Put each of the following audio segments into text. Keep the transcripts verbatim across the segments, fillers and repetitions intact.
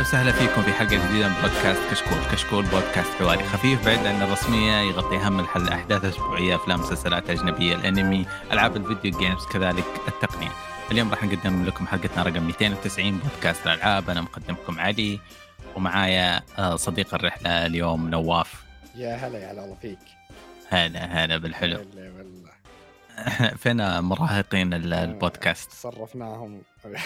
وسهلا فيكم في حلقة جديدة من بودكاست كشكول. كشكول بودكاست حواري خفيف بعيد عن الرسمية، يغطي أهم الحل أحداث أسبوعية، أفلام، مسلسلات أجنبية، الأنمي، ألعاب الفيديو جيمز، كذلك التقنية. اليوم راح نقدم لكم حلقتنا رقم مئتين وتسعين بودكاست الألعاب. أنا مقدمكم علي، ومعايا صديق الرحلة اليوم نواف. يا هلا يا هلا والله فيك. هلا هلا بالحلو. هلا والله. فينا مراهقين البودكاست؟ صرفناهم.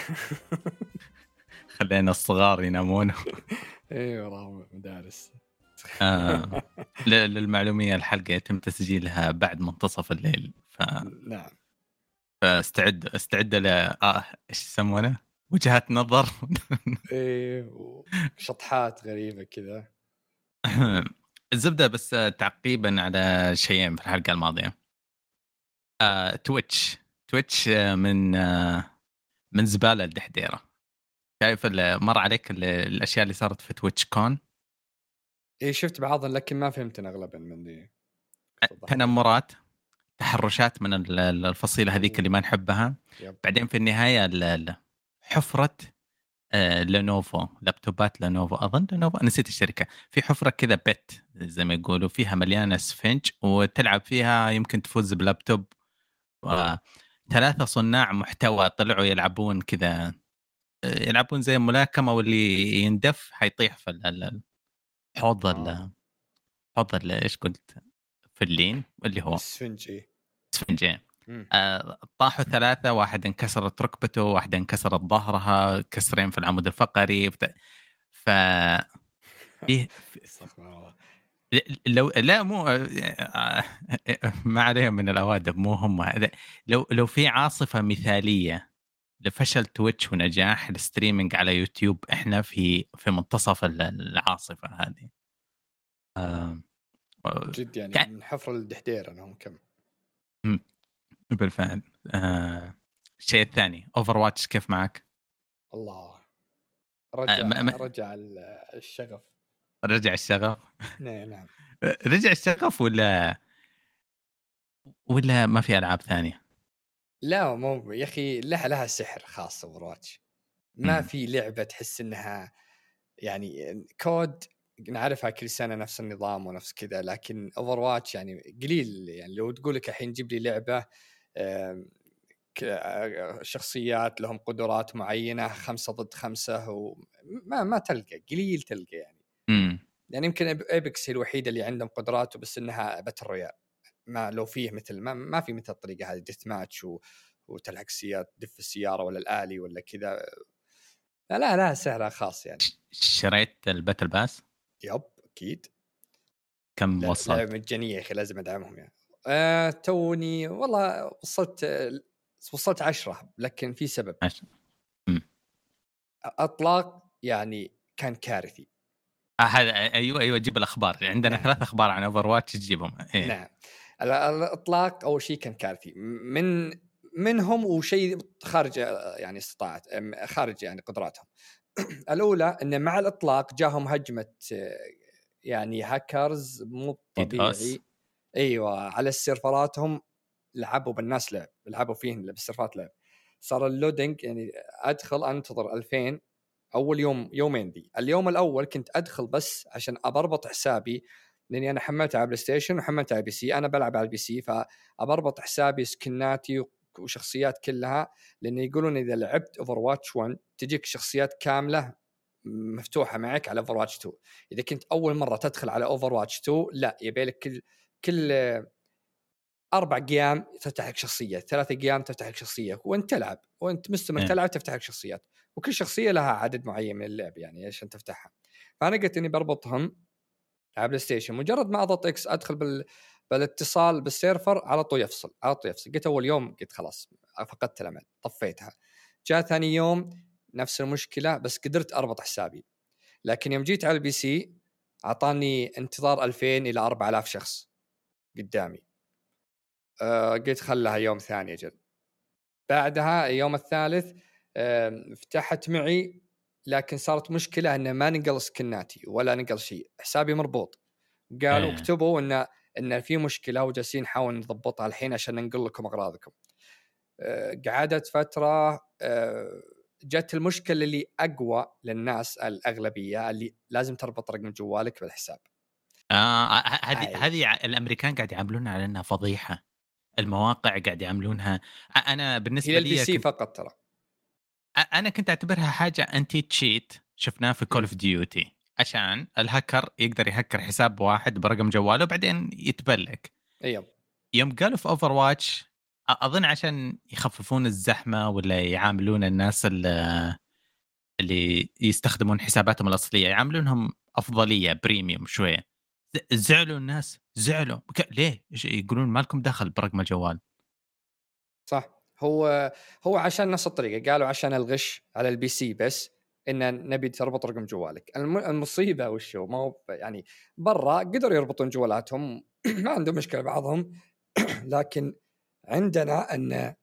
خلينا الصغار ينامون. ايوه راهم مدارس. آه. للمعلومية الحلقة يتم تسجيلها بعد منتصف الليل، ف... نعم. فاستعد استعد ل آه ايش يسمونه وجهات نظر. ايه شطحات غريبة كذا. الزبدة بس تعقيبا على شيئين في الحلقة الماضية. آه، تويتش تويتش من آه، من زبالة الدحديرة. شايف مر عليك الأشياء اللي صارت في تويتش كون؟ ايه شفت بعضهم لكن ما فهمتن اغلبا من دي. تنمرات، تحرشات من الفصيلة هذيك اللي ما نحبها. يب. بعدين في النهاية حفرة آه لينوفو، لابتوبات لينوفو، أظن لينوفو، نسيت الشركة. في حفرة كذا بيت زي ما يقولوا، فيها مليانة سفنج وتلعب فيها يمكن تفوز بلابتوب. ثلاثة صناع محتوى طلعوا يلعبون كذا، يلعبون زي الملاكمة، واللي يندف حيطيح في الحوض ال حوض ال ايش قلت فلين اللي هو السفنجي سفنجين. آه، طاحوا ثلاثة، واحد انكسرت ركبته، واحدة انكسرت ظهرها، كسرين في العمود الفقري. ف إيه لو لا مو ما عليهم من الأوادم، مو هم. لو لو في عاصفة مثالية لفشل تويتش ونجاح الستريمينج على يوتيوب، احنا في في منتصف العاصفة هذه. آه جد يعني كان من حفر الدحدير انهم كم. بالفعل. آه الشيء الثاني، اوفر واتش كيف معك؟ الله رجع آه ما ما رجع الشغف. رجع الشغف. نعم نعم. رجع الشغف ولا ولا ما في ألعاب ثانية؟ لا مو يا اخي، لها لها سحر خاص اوفرواتش. ما م. في لعبة تحس انها يعني كود نعرفها كل سنة نفس النظام ونفس كذا، لكن اوفرواتش يعني قليل. يعني لو تقول لك الحين جيب لي لعبة شخصيات لهم قدرات معينة خمسة ضد خمسة، وما ما تلقى، قليل تلقى يعني. م. يعني يمكن ايبكس هي الوحيدة اللي عندهم قدرات بس انها باتل رويال. ما لو فيه مثل ما, ما في مثل الطريقة هذه ديث ماتش و وتلحق سيارة دف السيارة ولا الآلي ولا كذا. لا لا لا سعرها خاص يعني. شريت الباتل باس؟ يب أكيد. كم لا وصلت؟ لعبة مجانية يا أخي، لازم أدعمهم يعني. آه توني والله وصلت وصلت عشرة، لكن في سبب. عش... م. أطلاق يعني كان كارثي. آه هذا ايوه ايوه جيب الاخبار، عندنا نعم. ثلاث اخبار عن اوفر واتش تجيبهم. إيه. نعم. الإطلاق أول شيء كان كارثي من منهم، وشيء خارج يعني استطاعت خارج يعني قدراتهم. الأولى أن مع الإطلاق جاهم هجمة يعني هاكرز مو طبيعي. أيوة على السيرفراتهم، لعبوا بالناس لعب لعبوا فيهم بالسيرفرات لعب. صار اللودينج يعني أدخل أنتظر ألفين. أول يوم يومين دي، اليوم الأول كنت أدخل بس عشان أبربط حسابي، لأني أنا حملتها على بلاي ستيشن وحملتها على بي سي. أنا بلعب على البي سي، فأبربط حسابي سكناتي وشخصيات كلها، لأن يقولون إذا لعبت اوفر واتش واحد تجيك شخصيات كاملة مفتوحة معك على اوفر واتش اثنين. إذا كنت أول مرة تدخل على اوفر واتش اثنين لا يبيلك كل كل أربع قيام تفتح لك شخصية، ثلاثة قيام تفتح لك شخصية، وأنت تلعب وأنت مستمر إيه. تلعب تفتح لك شخصيات، وكل شخصية لها عدد معين من اللعب يعني عشان تفتحها. فأنا قلت إني بربطهم على بلاي ستيشن، مجرد ما أضغط إكس أدخل بال بالاتصال بالسيرفر على طول يفصل على طول يفصل. قلت أول يوم قلت خلاص فقدت الأمل طفيتها. جاء ثاني يوم نفس المشكلة، بس قدرت أربط حسابي. لكن يوم جيت على البي سي أعطاني انتظار ألفين إلى أربعة آلاف شخص قدامي. أه قلت خلها يوم ثاني أجل. بعدها اليوم الثالث أه فتحت معي، لكن صارت مشكلة أنه ما نقل سكناتي ولا نقل شيء، حسابي مربوط. قالوا إيه. اكتبوا إن إن في مشكلة وجالسين نحاول نضبطها الحين عشان ننقل لكم أغراضكم. أه قعدت فترة. أه جت المشكله اللي اقوى للناس الاغلبيه اللي لازم تربط رقم جوالك بالحساب. آه ه هذه أي. هذه ع الأمريكان قاعد يعاملونها على إنها فضيحة، المواقع قاعد يعاملونها أ أنا هي بالنسبة للبي لي سي كنت فقط ترى. أ أنا كنت أعتبرها حاجة anti cheat شفناه في Call مم. of Duty عشان الهاكر يقدر يهكر حساب واحد برقم جواله وبعدين يتبلك. ايوه يوم قالوا في Overwatch أ أظن عشان يخففون الزحمة والّا يعاملون الناس ال اللي يستخدمون حساباتهم الأصلية يعاملونهم أفضلية premium شوية. ز زعلوا الناس، زعلوا ك ليه؟ إيش يقولون ما لكم دخل برقم الجوال. صح. هو هو عشان نفس الطريقه، قالوا عشان الغش على البي سي بس ان نبي تربط رقم جوالك. الم- المصيبه وش هو، ما هو يعني برا قدروا يربطون جوالاتهم ما عندهم مشكله بعضهم لكن عندنا ان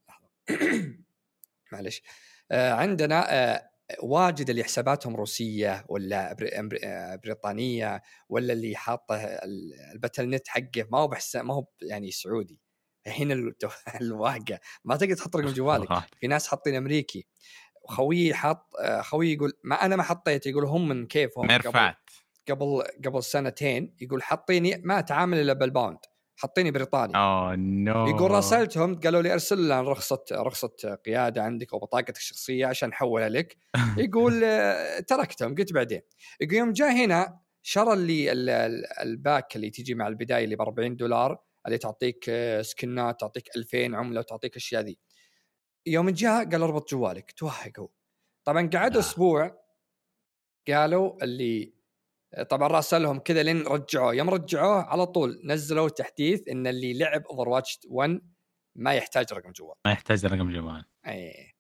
معلش آه، عندنا آه، واجد اللي حساباتهم روسيه ولا بري- أمر- آه، بريطانيه، ولا اللي حاطه ال- البتل نت حقه ما هو بحس ما هو يعني سعودي. هنا التو- الواقع ما تقدر تحط رقم جوالك. في ناس حاطين امريكي، وخويي حاط آه، خويي يقول ما انا ما حطيت، يقول هم من كيفهم قبل ميرفات. قبل قبل سنتين يقول حطيني ما اتعامل الا بالباوند، حطيني بريطاني. Oh يقول no. راسلتهم قالوا لي ارسل لنا رخصه رخصه قياده عندك او بطاقتك الشخصيه عشان نحولها لك. يقول آه، تركتهم قلت بعدين. يقول يوم جاء هنا شرى لي ال- ال- الباك اللي تيجي مع البدايه اللي ب أربعين دولار، اللي تعطيك آه، سكنات، تعطيك ألفين عمله وتعطيك اشياء ذي. يوم جاء قال اربط جوالك، توهقوا. طبعا قعدوا لا. اسبوع قالوا اللي طبعا راسلهم كذا لين رجعوه. يوم رجعوه على طول نزلوا تحديث ان اللي لعب اوفر واتش واحد ما يحتاج رقم جوال. ما يحتاج رقم جوال. اي.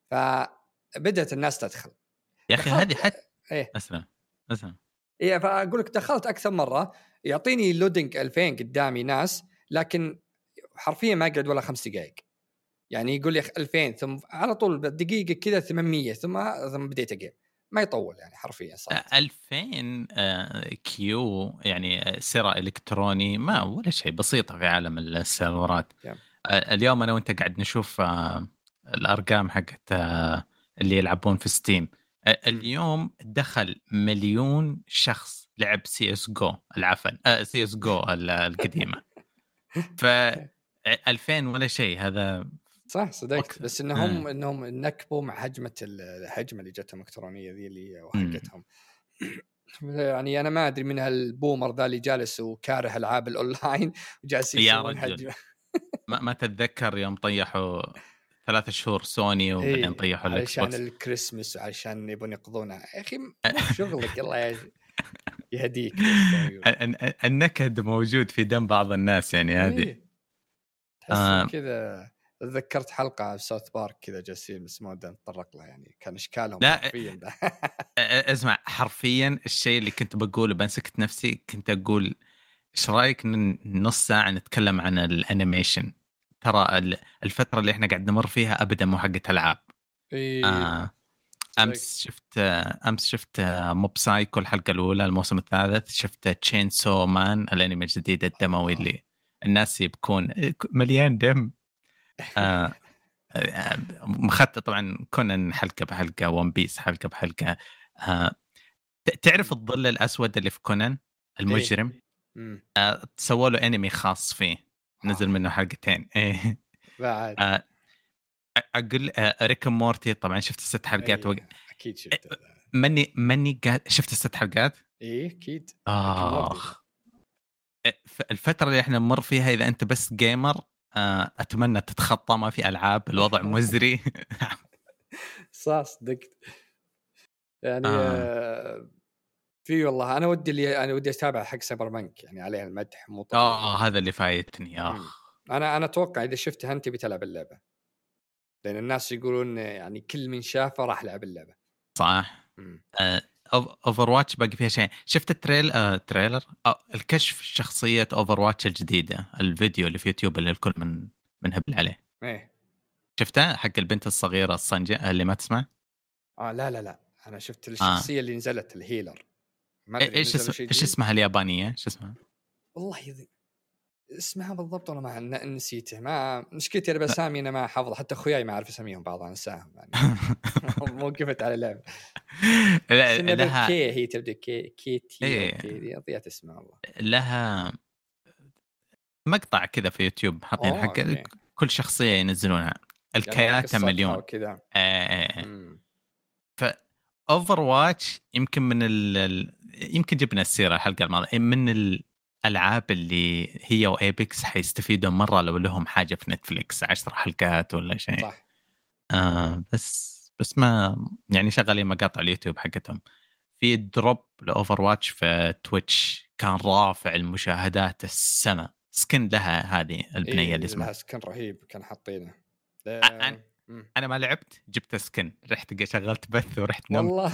فبدات الناس تدخل. يا أخي هذه دخلت حتى ايه أسلم، أسلم. ايه فاقول لك دخلت اكثر مره يعطيني لودنج ألفين قدامي ناس، لكن حرفيا ما قعد ولا خمس دقائق. يعني يقول لي ألفين ثم على طول دقيقه كذا ثمانمية ثم ثم بديت اجيم. ما يطول يعني حرفيا صارت. ألفين آآ كيو يعني آه، سِرَة إلكتروني ما ولا شيء، بسيطة في عالم السيرفرات. يب. أ اليوم أنا وأنت قاعد نشوف آآ الأرقام حقت آه، اللي يلعبون في Steam. أ مم. اليوم دخل مليون شخص لعب سي إس جو العفن آآ سي إس جو ال القديمة. ف أ ألفين ولا شيء هذا صح صدقت، وقت. بس انهم آه. انهم نكبوا مع هجمه الهجمه اللي جتهم الكترونيه ذي اللي إمم. وحقتهم. يعني انا ما ادري من هالبومر ذا اللي جالس وكاره العاب الاونلاين وجالس يا يسوون رجل هجمه. ما ما تتذكر يوم طيحوا ثلاث شهور سوني وبعدين ايه طيحوا الإكس علشان بوكس. الكريسماس وعشان يبون يقضونها يا اخي مو بشغلك الله يهديك بس زي ما يقولون. ال ال النكد موجود في دم بعض الناس يعني هذه. ايه تحسهم آه كذا. تذكرت حلقه في ساوث بارك كذا جالسين بس ما ودنا نتطرق لها، يعني كان اشكالهم لا حرفيا ذا. أ- اسمع حرفيا الشيء اللي كنت بقوله بمسكت نفسي كنت اقول ايش رايك ن- نص ساعه نتكلم عن الانيميشن. ترى ال- الفتره اللي احنا قاعد نمر فيها ابدا مو حقه العاب. ايه آه امس شفت امس شفت موب سايكو الحلقه الاولى الموسم الثالث. شفت تشين سو مان الانمي الجديد الدموي اللي الناس يبكون مليان دم. آه آه، مخطط طبعا كونان حلقه بحلقه، ون بيس حلقه بحلقه. آه ت- تعرف الظل الاسود اللي في كونان ايه المجرم؟ امم آه سووا له انمي خاص فيه، نزل منه حلقتين. ايه بعد آه اقول آه ريك مورتي طبعا شفت الست حلقات وق... ايه اكيد شفته ذا. ماني ماني قاعد شفت الست حلقات. ايه اكيد لكن مورتي. اخ ف- الفتره اللي احنا نمر فيها اذا انت بس جيمر آه اتمنى تتخطى، ما في العاب الوضع مزري. صح صدقت. يعني آه آه في والله انا ودي اللي انا ودي اتابع حق سايبر بانك، يعني عليه المدح مو طبيعي اه يعني. هذا اللي فايتني مم. اخ. انا انا اتوقع اذا شفتها انت بتلعب اللعبه، لان الناس يقولون يعني كل من شافه راح لعب اللعبه. صح. مم. اوفر واتش باقي فيها شيء. شفت التريل آه تريلر آه الكشف شخصيه اوفر واتش الجديده، الفيديو اللي في يوتيوب اللي الكل من منهبل عليه. ايه شفته حق البنت الصغيره الصنجة اللي ما تسمع. اه لا لا لا انا شفت اه الشخصيه اللي نزلت الهيلر، ما إيه- ادري ايش نزلوا اسم... شيء ايش جديد اسمها اليابانيه ايش اسمها؟ والله يضي. اسمها بالضبط والله ما نسيته، ما مشكلتي انا بسامي انا ما حافظ، حتى اخوياي ما اعرف اسميهم بعض انساهم يعني. موقفت على اللعبه. بس انه لها بالكي هي تبدا كي كي تي او ايه كي، ضيعت اسمها والله. لها مقطع كذا في يوتيوب حاطين اوه حق اوكي، كل شخصية ينزلونها، يعني لها الكياتا قصتها مليون. وكذا. آه امم اوفر واتش يمكن من ال... ال- يمكن جبنا السيرة الحلقة الماضية من الألعاب اللي هي وإيبكس حيستفيدوا مرة لو لهم حاجة في نتفليكس عشر حلقات ولا شيء. صح. آه بس بس ما يعني شغالين مقاطع اليوتيوب حقتهم. في دروب لأوفر واتش في تويتش كان رافع المشاهدات السنة، سكن لها هذه البنية اللي ايه اسمها لها سكن رهيب كان حاطينه. أ- أنا لا- مم. أنا ما لعبت، جبت سكن، رحت شغلت بث ورحت نمت. والله.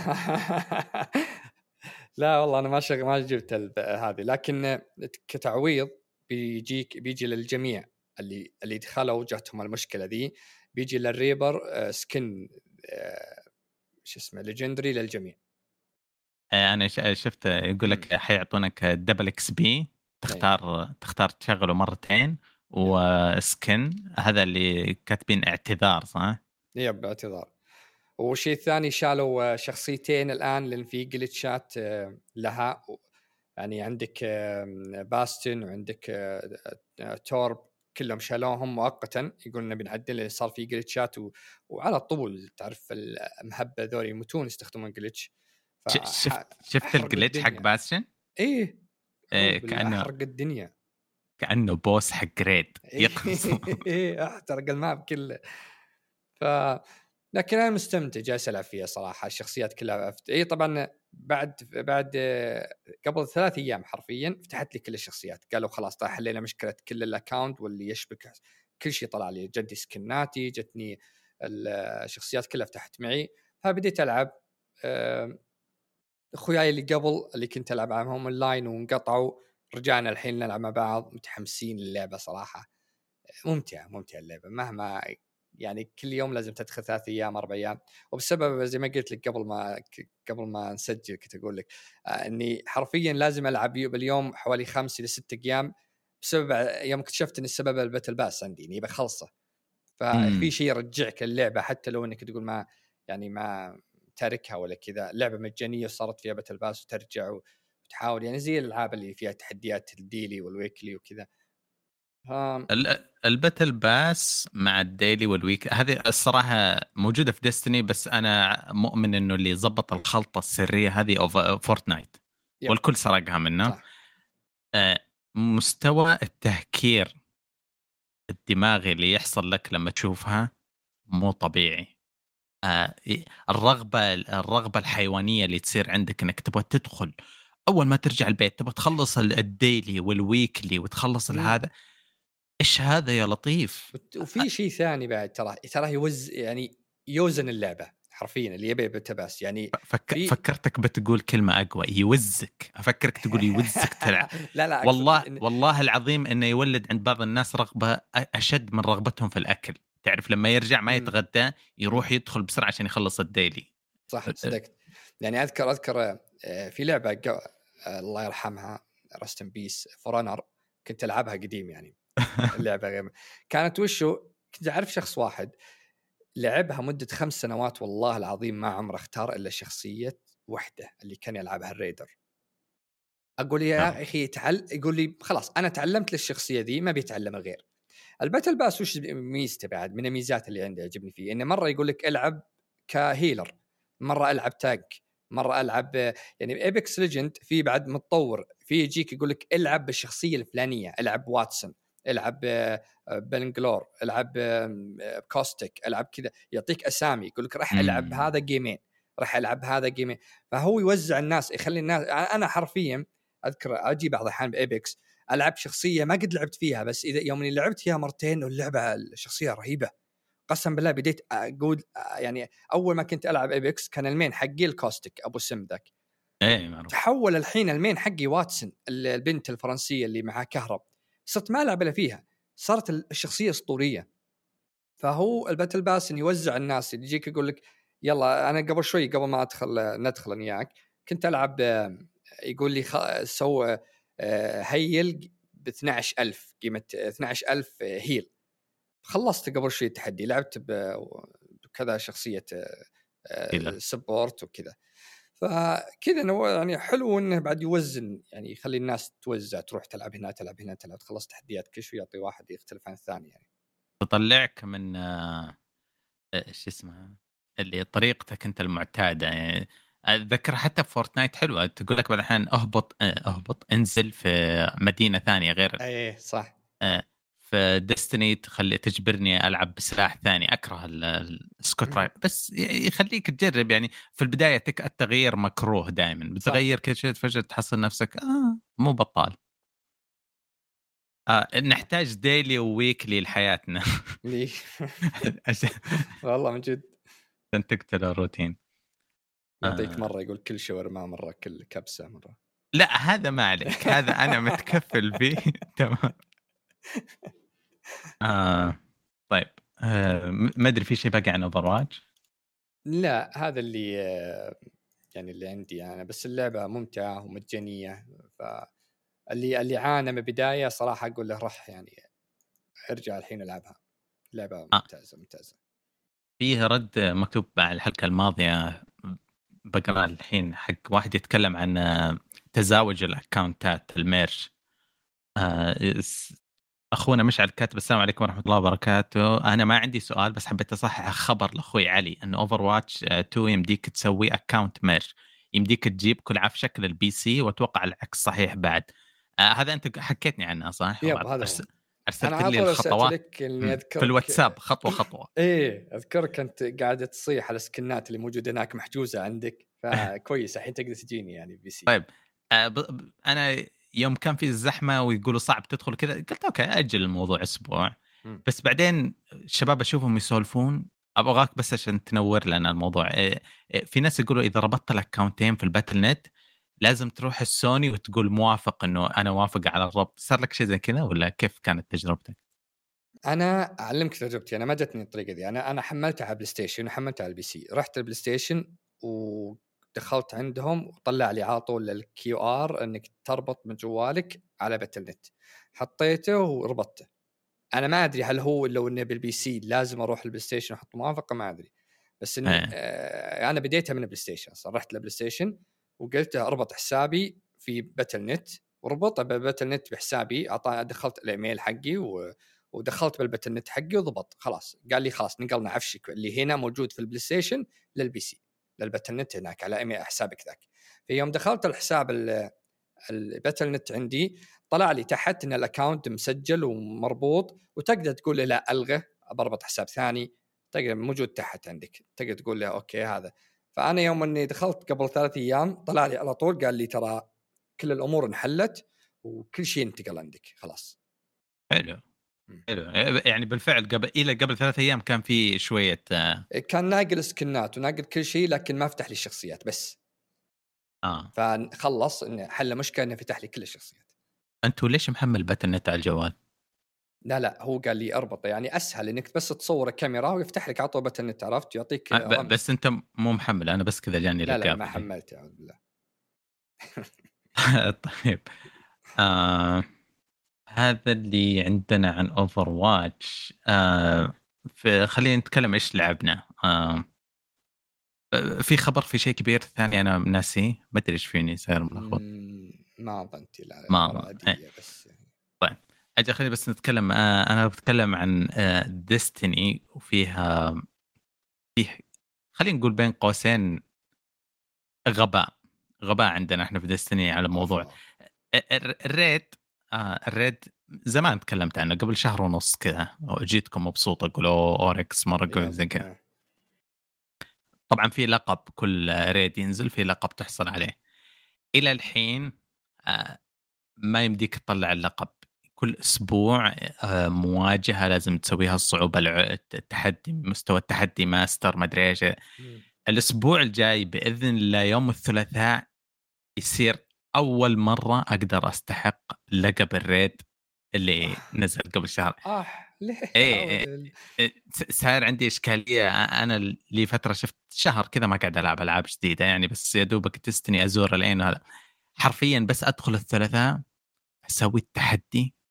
لا والله انا ما شغ... ما جبت الب- هذه، لكن كتعويض بيجيك بيجي للجميع اللي اللي دخلوا جاتهم المشكله ذي، بيجي للريبر آه، سكن آه، شو اسمه ليجندري للجميع. آه، انا ش- شفت يقول امم لك حيعطونك دبل اكس بي، اي تختار تختار تشغله مرتين، يب وسكن هذا اللي كاتبين اعتذار صح؟ يب باعتذار. وشيء ثاني شالوا آه، شخصيتين الان لان في جلتشات آه، لها، يعني عندك آم، باستن وعندك آه، آه، تورب، كلهم شالوهم مؤقتا، يقولون نبي نعدل اللي صار في جلتشات و... وعلى طول تعرف المهبه ذول يموتون يستخدمون جلتش، ش- شفت شفت فاحرقوا الجليتش حق الدنيا. باستن؟ ايه آه، اعوذ بالله كانه احرق الدنيا. كانه بوس حق ريد يقص. ايه احترق الماب كله. ف لكن انا مستمتع جالس العب فيها صراحه، الشخصيات كلها أفت... اي طبعا بعد بعد آه، قبل ثلاث ايام حرفيا فتحت لي كل الشخصيات، قالوا خلاص طيب حلينا مشكله كل الاكونت واللي يشبك كل شيء طلع لي، جدي سكناتي جتني الشخصيات كلها فتحت معي، فبديت العب. آه، اخوياي اللي قبل اللي كنت العب معهم اونلاين وانقطعوا، رجعنا الحين نلعب مع بعض، متحمسين للعبه صراحه. ممتعه ممتعه اللعبه مهما، يعني كل يوم لازم تدخل ثلاث ايام اربع ايام. وبسبب زي ما قلت لك قبل ما قبل ما نسجل كنت اقول لك آه اني حرفيا لازم العب باليوم حوالي خمس الى ست ايام، بسبب يوم اكتشفت ان السبب الباتل باس عندي اني بخلصه، ففي أمم. شيء يرجعك اللعبه حتى لو انك تقول ما يعني ما تاركها ولا كذا، لعبه مجانيه وصارت فيها باتل باس وترجع وتحاول، يعني زي الالعاب اللي فيها تحديات الديلي والويكلي وكذا. ف... ال- الباتل باس مع الديلي والويك هذه الصراحة موجودة في ديستني، بس أنا مؤمن إنه اللي ضبط الخلطة السرية هذه أوف فورتنايت، يب والكل سرقها منه. صح. آه، مستوى التهكير الدماغي اللي يحصل لك لما تشوفها مو طبيعي. آه، الرغبة الرغبة الحيوانية اللي تصير عندك انك تبغى تدخل اول ما ترجع البيت، تبغى تخلص ال- الديلي والويكلي وتخلص مم. هذا. ايش هذا يا لطيف؟ وت- وفي شيء ثاني بعد، ترى ترى يوز يعني يوزن اللعبه حرفيا اللي يبي بتباس يعني. فك... في فكرتك بتقول كلمة أقوى، يوزك. أفكرك تقول يوزك تلعب. لا لا اقصد والله إن... والله العظيم انه يولد عند بعض الناس رغبة أ- اشد من رغبتهم في الاكل. تعرف لما يرجع ما مم. يتغدى مم. يروح يدخل بسرعة عشان يخلص الديلي. صح صدقت. يعني اذكر اذكر آه، في لعبه جو... آه، الله يرحمها رست بيس فورنر، كنت العبها قديم يعني. اللعبه غير كانت وشو، كنت اعرف شخص واحد لعبها مده خمس سنوات والله العظيم ما عمره اختار الا شخصيه وحده اللي كان يلعبها الريدر. اقول يا اخي تعل، يقول لي خلاص انا تعلمت للشخصيه ذي ما بيتعلم الغير. الباتل باس وش ميزته بعد من الميزات اللي عندي يعجبني فيه، انه مره يقول لك العب كهيلر، مره العب تانك، مره العب يعني ايبكس ليجند في بعد متطور في يجيك يقول لك العب بالشخصيه الفلانيه، العب واتسون، العب بنجلور، العب كوستيك، العب كذا، يعطيك اسامي يقول لك راح العب مم. هذا جيمين، راح العب هذا جيمين. فهو يوزع الناس يخلي الناس، انا حرفيا اذكر اجي بعض الاحيان بايبكس العب شخصيه ما قد لعبت فيها، بس اذا يوم اني لعبت فيها مرتين واللعبه الشخصيه رهيبه قسم بالله، بديت اقول يعني اول ما كنت العب ايبكس كان المين حقي الكوستيك ابو سم ذاك، ايه معروف. تحول الحين المين حقي واتسون البنت الفرنسيه اللي معها كهرب، صرت ما العب الا فيها، صارت الشخصيه اسطوريه. فهو الباتل باس إن يوزع الناس اللي يجيك يقول لك يلا انا قبل شوي قبل ما ادخل ندخل انا وياك كنت العب، يقول لي خ... سو هيل ب اثناعش ألف قيمه اثناعش ألف هيل. خلصت قبل شوي التحدي، لعبت بكذا شخصيه سبورت وكذا. فكذا انه يعني حلو انه بعد يوزن، يعني يخلي الناس توزع، تروح تلعب هنا تلعب هنا تلعب، تخلص تحديات كل شوي يعطي واحد يختلف عن الثاني يعني. تطلعك من آه، ايش اسمها اللي طريقتك انت المعتاده يعني. اتذكر حتى في فورتنايت حلوه، تقول لك بعض الاحيان اهبط آه، اهبط انزل في مدينه ثانيه غير ايه صح. آه، في ديستني تخلي تجبرني العب بسلاح ثاني، اكره ال- السكوت رايت، بس ي- يخليك تجرب يعني. في البدايه تك التغيير مكروه دائما، بتغير كل شيء فجاه تحصل نفسك اه مو بطال. آه نحتاج ديلي وويكلي لحياتنا ليه؟ عشان والله من جد عشان تقتل الروتين. يعطيك آه. مره يقول كل شاورما، مره كل كبسه، مره لا هذا ما عليك، هذا انا متكفل به تمام. آه. طيب آه. ما ادري في شيء باقي عن اوفر واتش؟ لا هذا اللي آه، يعني اللي عندي انا، بس اللعبه ممتعه ومجانيه، فاللي اللي عانى من البدايه صراحه اقول له رح يعني ارجع الحين العبها، لعبه آه. ممتازه ممتازه. فيه رد مكتوب على الحلقه الماضيه بقرا الحين حق واحد يتكلم عن آه، تزاوج الاكونتات الميرش. آه. اخونا مشعل كاتب السلام عليكم ورحمه الله وبركاته، انا ما عندي سؤال بس حبيت اصحح خبر لاخوي علي ان اوفر واتش تو يمديك تسوي اكاونت ميرج، يمديك تجيب كل عف شكل البي سي، واتوقع العكس صحيح بعد. آه هذا انت حكيتني عنه صح؟ يب هذا أرس- هو. انا ارسلت على لي طول ارسلت الخطوات لك اني مم. في اذكرك. الواتساب خطوه خطوه. ايه اذكرك انت قاعده تصيح على السكنات اللي موجوده هناك محجوزه عندك، فكويس الحين تقدر تجيني يعني بي سي. طيب آه ب... ب- انا يوم كان في الزحمه ويقولوا صعب تدخل كذا قلت اوكي اجل الموضوع اسبوع. مم. بس بعدين الشباب اشوفهم يسولفون، ابغاك بس عشان تنور لنا الموضوع. إيه، إيه، في ناس يقولوا اذا ربطت الاكونتين في الباتل نت لازم تروح السوني وتقول موافق انه انا وافق على الربط. صار لك شيء زي كذا ولا كيف كانت تجربتك؟ انا اعلمك تجربتي، انا ما جتني الطريقه دي. انا انا حملتها على بلاي ستيشن وحملتها على البي سي، رحت البلاي ستيشن ودخلت عندهم وطلع لي على طول الكيو ار انك تربط من جوالك على باتل نت، حطيته وربطته. انا ما ادري هل هو لو انه بالبي سي لازم اروح البلاي ستيشن احط موافقه، ما ادري، بس اني ايه آه انا بديتها من البلاي ستيشن. صار رحت للبلاي ستيشن وقلت اربط حسابي في باتل نت، وربطه بباتل نت بحسابي، اعطاني دخلت الايميل حقي و... ودخلت بالباتل نت حقي وضبط خلاص. قال لي خلاص نقلنا عفشك اللي هنا موجود في البلاي ستيشن للبي سي، للباتل نت هناك على ايميل حسابك ذاك. في يوم دخلت الحساب الباتل نت عندي طلع لي تحت ان الاكونت مسجل ومربوط، وتقدر تقول له لا الغه بربط حساب ثاني، تقدر موجود تحت عندك، تقدر تقول له اوكي هذا. فانا يوم اني دخلت قبل ثلاث ايام طلع لي على طول قال لي ترى كل الامور انحلت وكل شيء انتقل عندك خلاص. حلو حلو. يعني بالفعل قبل الى قبل ثلاث ايام كان في شويه اه, كان ناقل سكنات وناقل كل شيء لكن ما فتح لي الشخصيات بس. آه. فخلص انه حل مشكله انه فتح لي كل الشخصيات. انتوا ليش محمل باتل نت على الجوال؟ لا لا هو قال لي اربطه، يعني اسهل انك بس تصور كاميرا ويفتح لك عطوه باتل نت، عرفت؟ يعطيك آه ب- رمز. بس انت مو محمل، انا بس كذا جاني لا لا لك ما قبل. حملت اعوذ بالله. طيب آه. هذا اللي عندنا عن اوفر واتش. آه خلينا نتكلم ايش لعبنا. آه في خبر في شيء كبير ثاني انا ناسي، ما ادري ايش فيني صاير ملخبط. ما ظنتي، لا ما امور ما عاديه إيه. بس. طيب اجل خلينا بس نتكلم. آه انا بتكلم عن آه ديستني، وفيها فيه خلينا نقول بين قوسين غباء. غباء عندنا احنا في ديستني على موضوع أوفا. الر- الريد. آه الريد زمان تكلمت عنه قبل شهر ونص كذا، جيتكم مبسوط اقول أوه اوركس مره قوي يب زي كذا. آه. طبعا في لقب كل ريد ينزل في لقب تحصل عليه. الى الحين آه ما يمديك تطلع اللقب. كل اسبوع آه مواجهه لازم تسويها الصعوبه الع- التحدي مستوى التحدي ماستر ما ادري ايش. مم. الاسبوع الجاي باذن الله يوم الثلاثاء يصير اول مره اقدر استحق لقب الريد اللي نزل قبل شهر. اه ليه ايه أعوذ إيه، بالله. إيه، صاير عندي اشكاليه. انا لي فتره شفت شهر كذا ما قاعد العب العاب جديده يعني، بس يا دوبك تستني ازور العين. هذا حرفيا بس ادخل الثلاثاء اسوي التحدي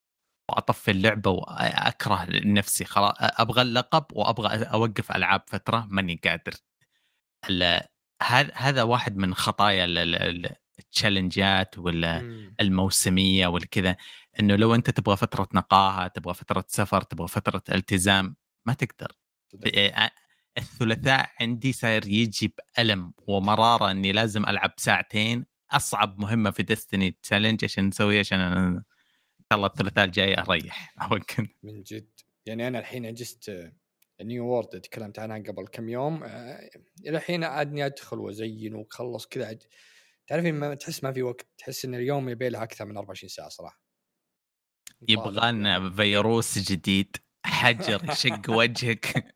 وأطفي اللعبة وأكره نفسي خلاص أبغى اللقب وأبغى أوقف ألعاب فترة ماني قادر. ال هذا هذا واحد من خطايا ال ال ال التشالنجات وال إمم. الموسمية والكذا، إنه لو أنت تبغى فترة نقاهة، تبغى فترة سفر، تبغى فترة التزام، ما تقدر. صدق. آآ الثلاثاء عندي صاير ييجي بألم ومرارة إني لازم ألعب ساعتين أصعب مهمة في Destiny challenge عشان نسويها عشان إن شاء الله الثلاثاء الجاي أريح أوكن. من جد. يعني أنا الحين أجست نيو وورد تكلمت عنها قبل كم يوم، آه، إلى الحين عادني أدخل وأزين وأخلص كذا عد... تعرفين ما تحس ما في وقت، تحس إن اليوم يبي له أكثر من أربعة وعشرين ساعة صراحة. طالع يبغى يعني. لنا فيروس جديد، حجر يشق وجهك.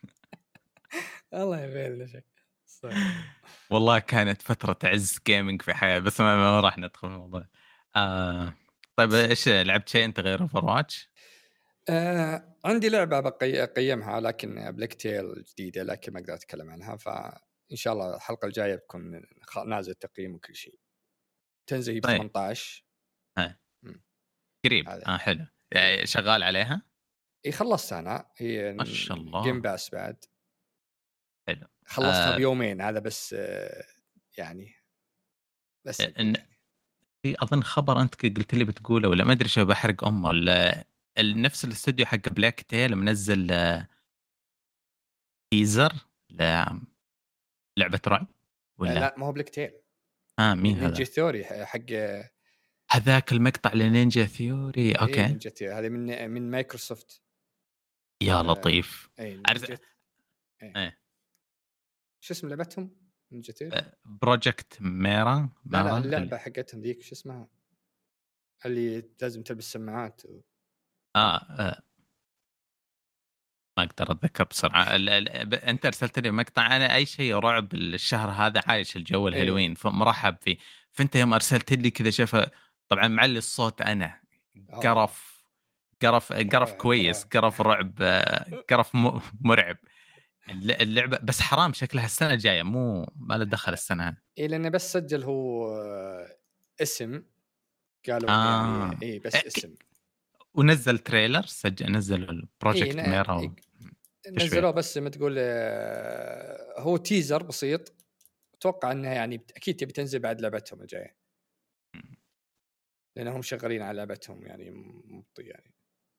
الله يبي لنا شيء. والله كانت فترة عز جيمنج في حياتي، بس ما, ما راح ندخل في الموضوع. آه طيب ايش لعبت شيء انت غير اوفر واتش؟ آه عندي لعبة بقي أقيمها لكن بلاك تيل جديدة، لكن ما أقدر أتكلم عنها، فإن شاء الله الحلقة الجاية بكون خ- نازل تقييم وكل شيء. تنزل ب طيب ثمانية عشر. ها مم. قريب، هذا اه حلو. إيه. يعني شغال عليها؟ إيه خلصت أنا، هي ما شاء جيم الله. باس بعد حلو. خلصتها آه بيومين هذا بس، آه يعني بس أقول إن يعني. في اظن خبر انت قلت لي بتقوله ولا ما ادري شو بحرق امه ال- ال- نفس الاستوديو حق بلاك تيل منزل آه، تيزر للعبة رعب آه ولا؟ لا ما هو بلاك تيل. اه مين نينجا هذا؟ ثوري حق آه، هذاك المقطع لنينجا ثيوري، ايه اوكي. نينجا ثيوري هذه من من مايكروسوفت. يا آه لطيف. ايه عرفت نينجا. ايه ايه شو اسم لعبتهم؟ نينجا ثيوري. بروجكت ميرا لا لا ميرا ال... اللعبة حقتهم ذيك شو اسمها، اللي لازم تلبس سماعات و... آه, اه ما اقدر اتذكر بسرعه. ال... ال... ب... انت ارسلت لي مقطع، انا اي شيء رعب الشهر هذا عايش الجو ايه الهالوين فمرحب فيه. فانت يوم ارسلت لي كذا شوف، طبعا معلي الصوت انا، اه قرف قرف قرف رعب كويس، رعب. قرف رعب، آه، قرف م... مرعب. الل- اللعبه بس حرام شكلها السنه الجايه، مو ما له دخل السنه هذه. ايه لانه بس سجل هو آه، اسم، قالوا انه يعني اه ايه بس إيه، اسم. ونزل تريلر، سجل نزل ايه البروجكت ن- ميرا نزلوه تشويق. بس ما تقول آه، هو تيزر بسيط. اتوقع انها يعني اكيد تبي تنزل بعد لعبتهم الجايه، لانهم شغالين على لعبتهم يعني مبطي يعني.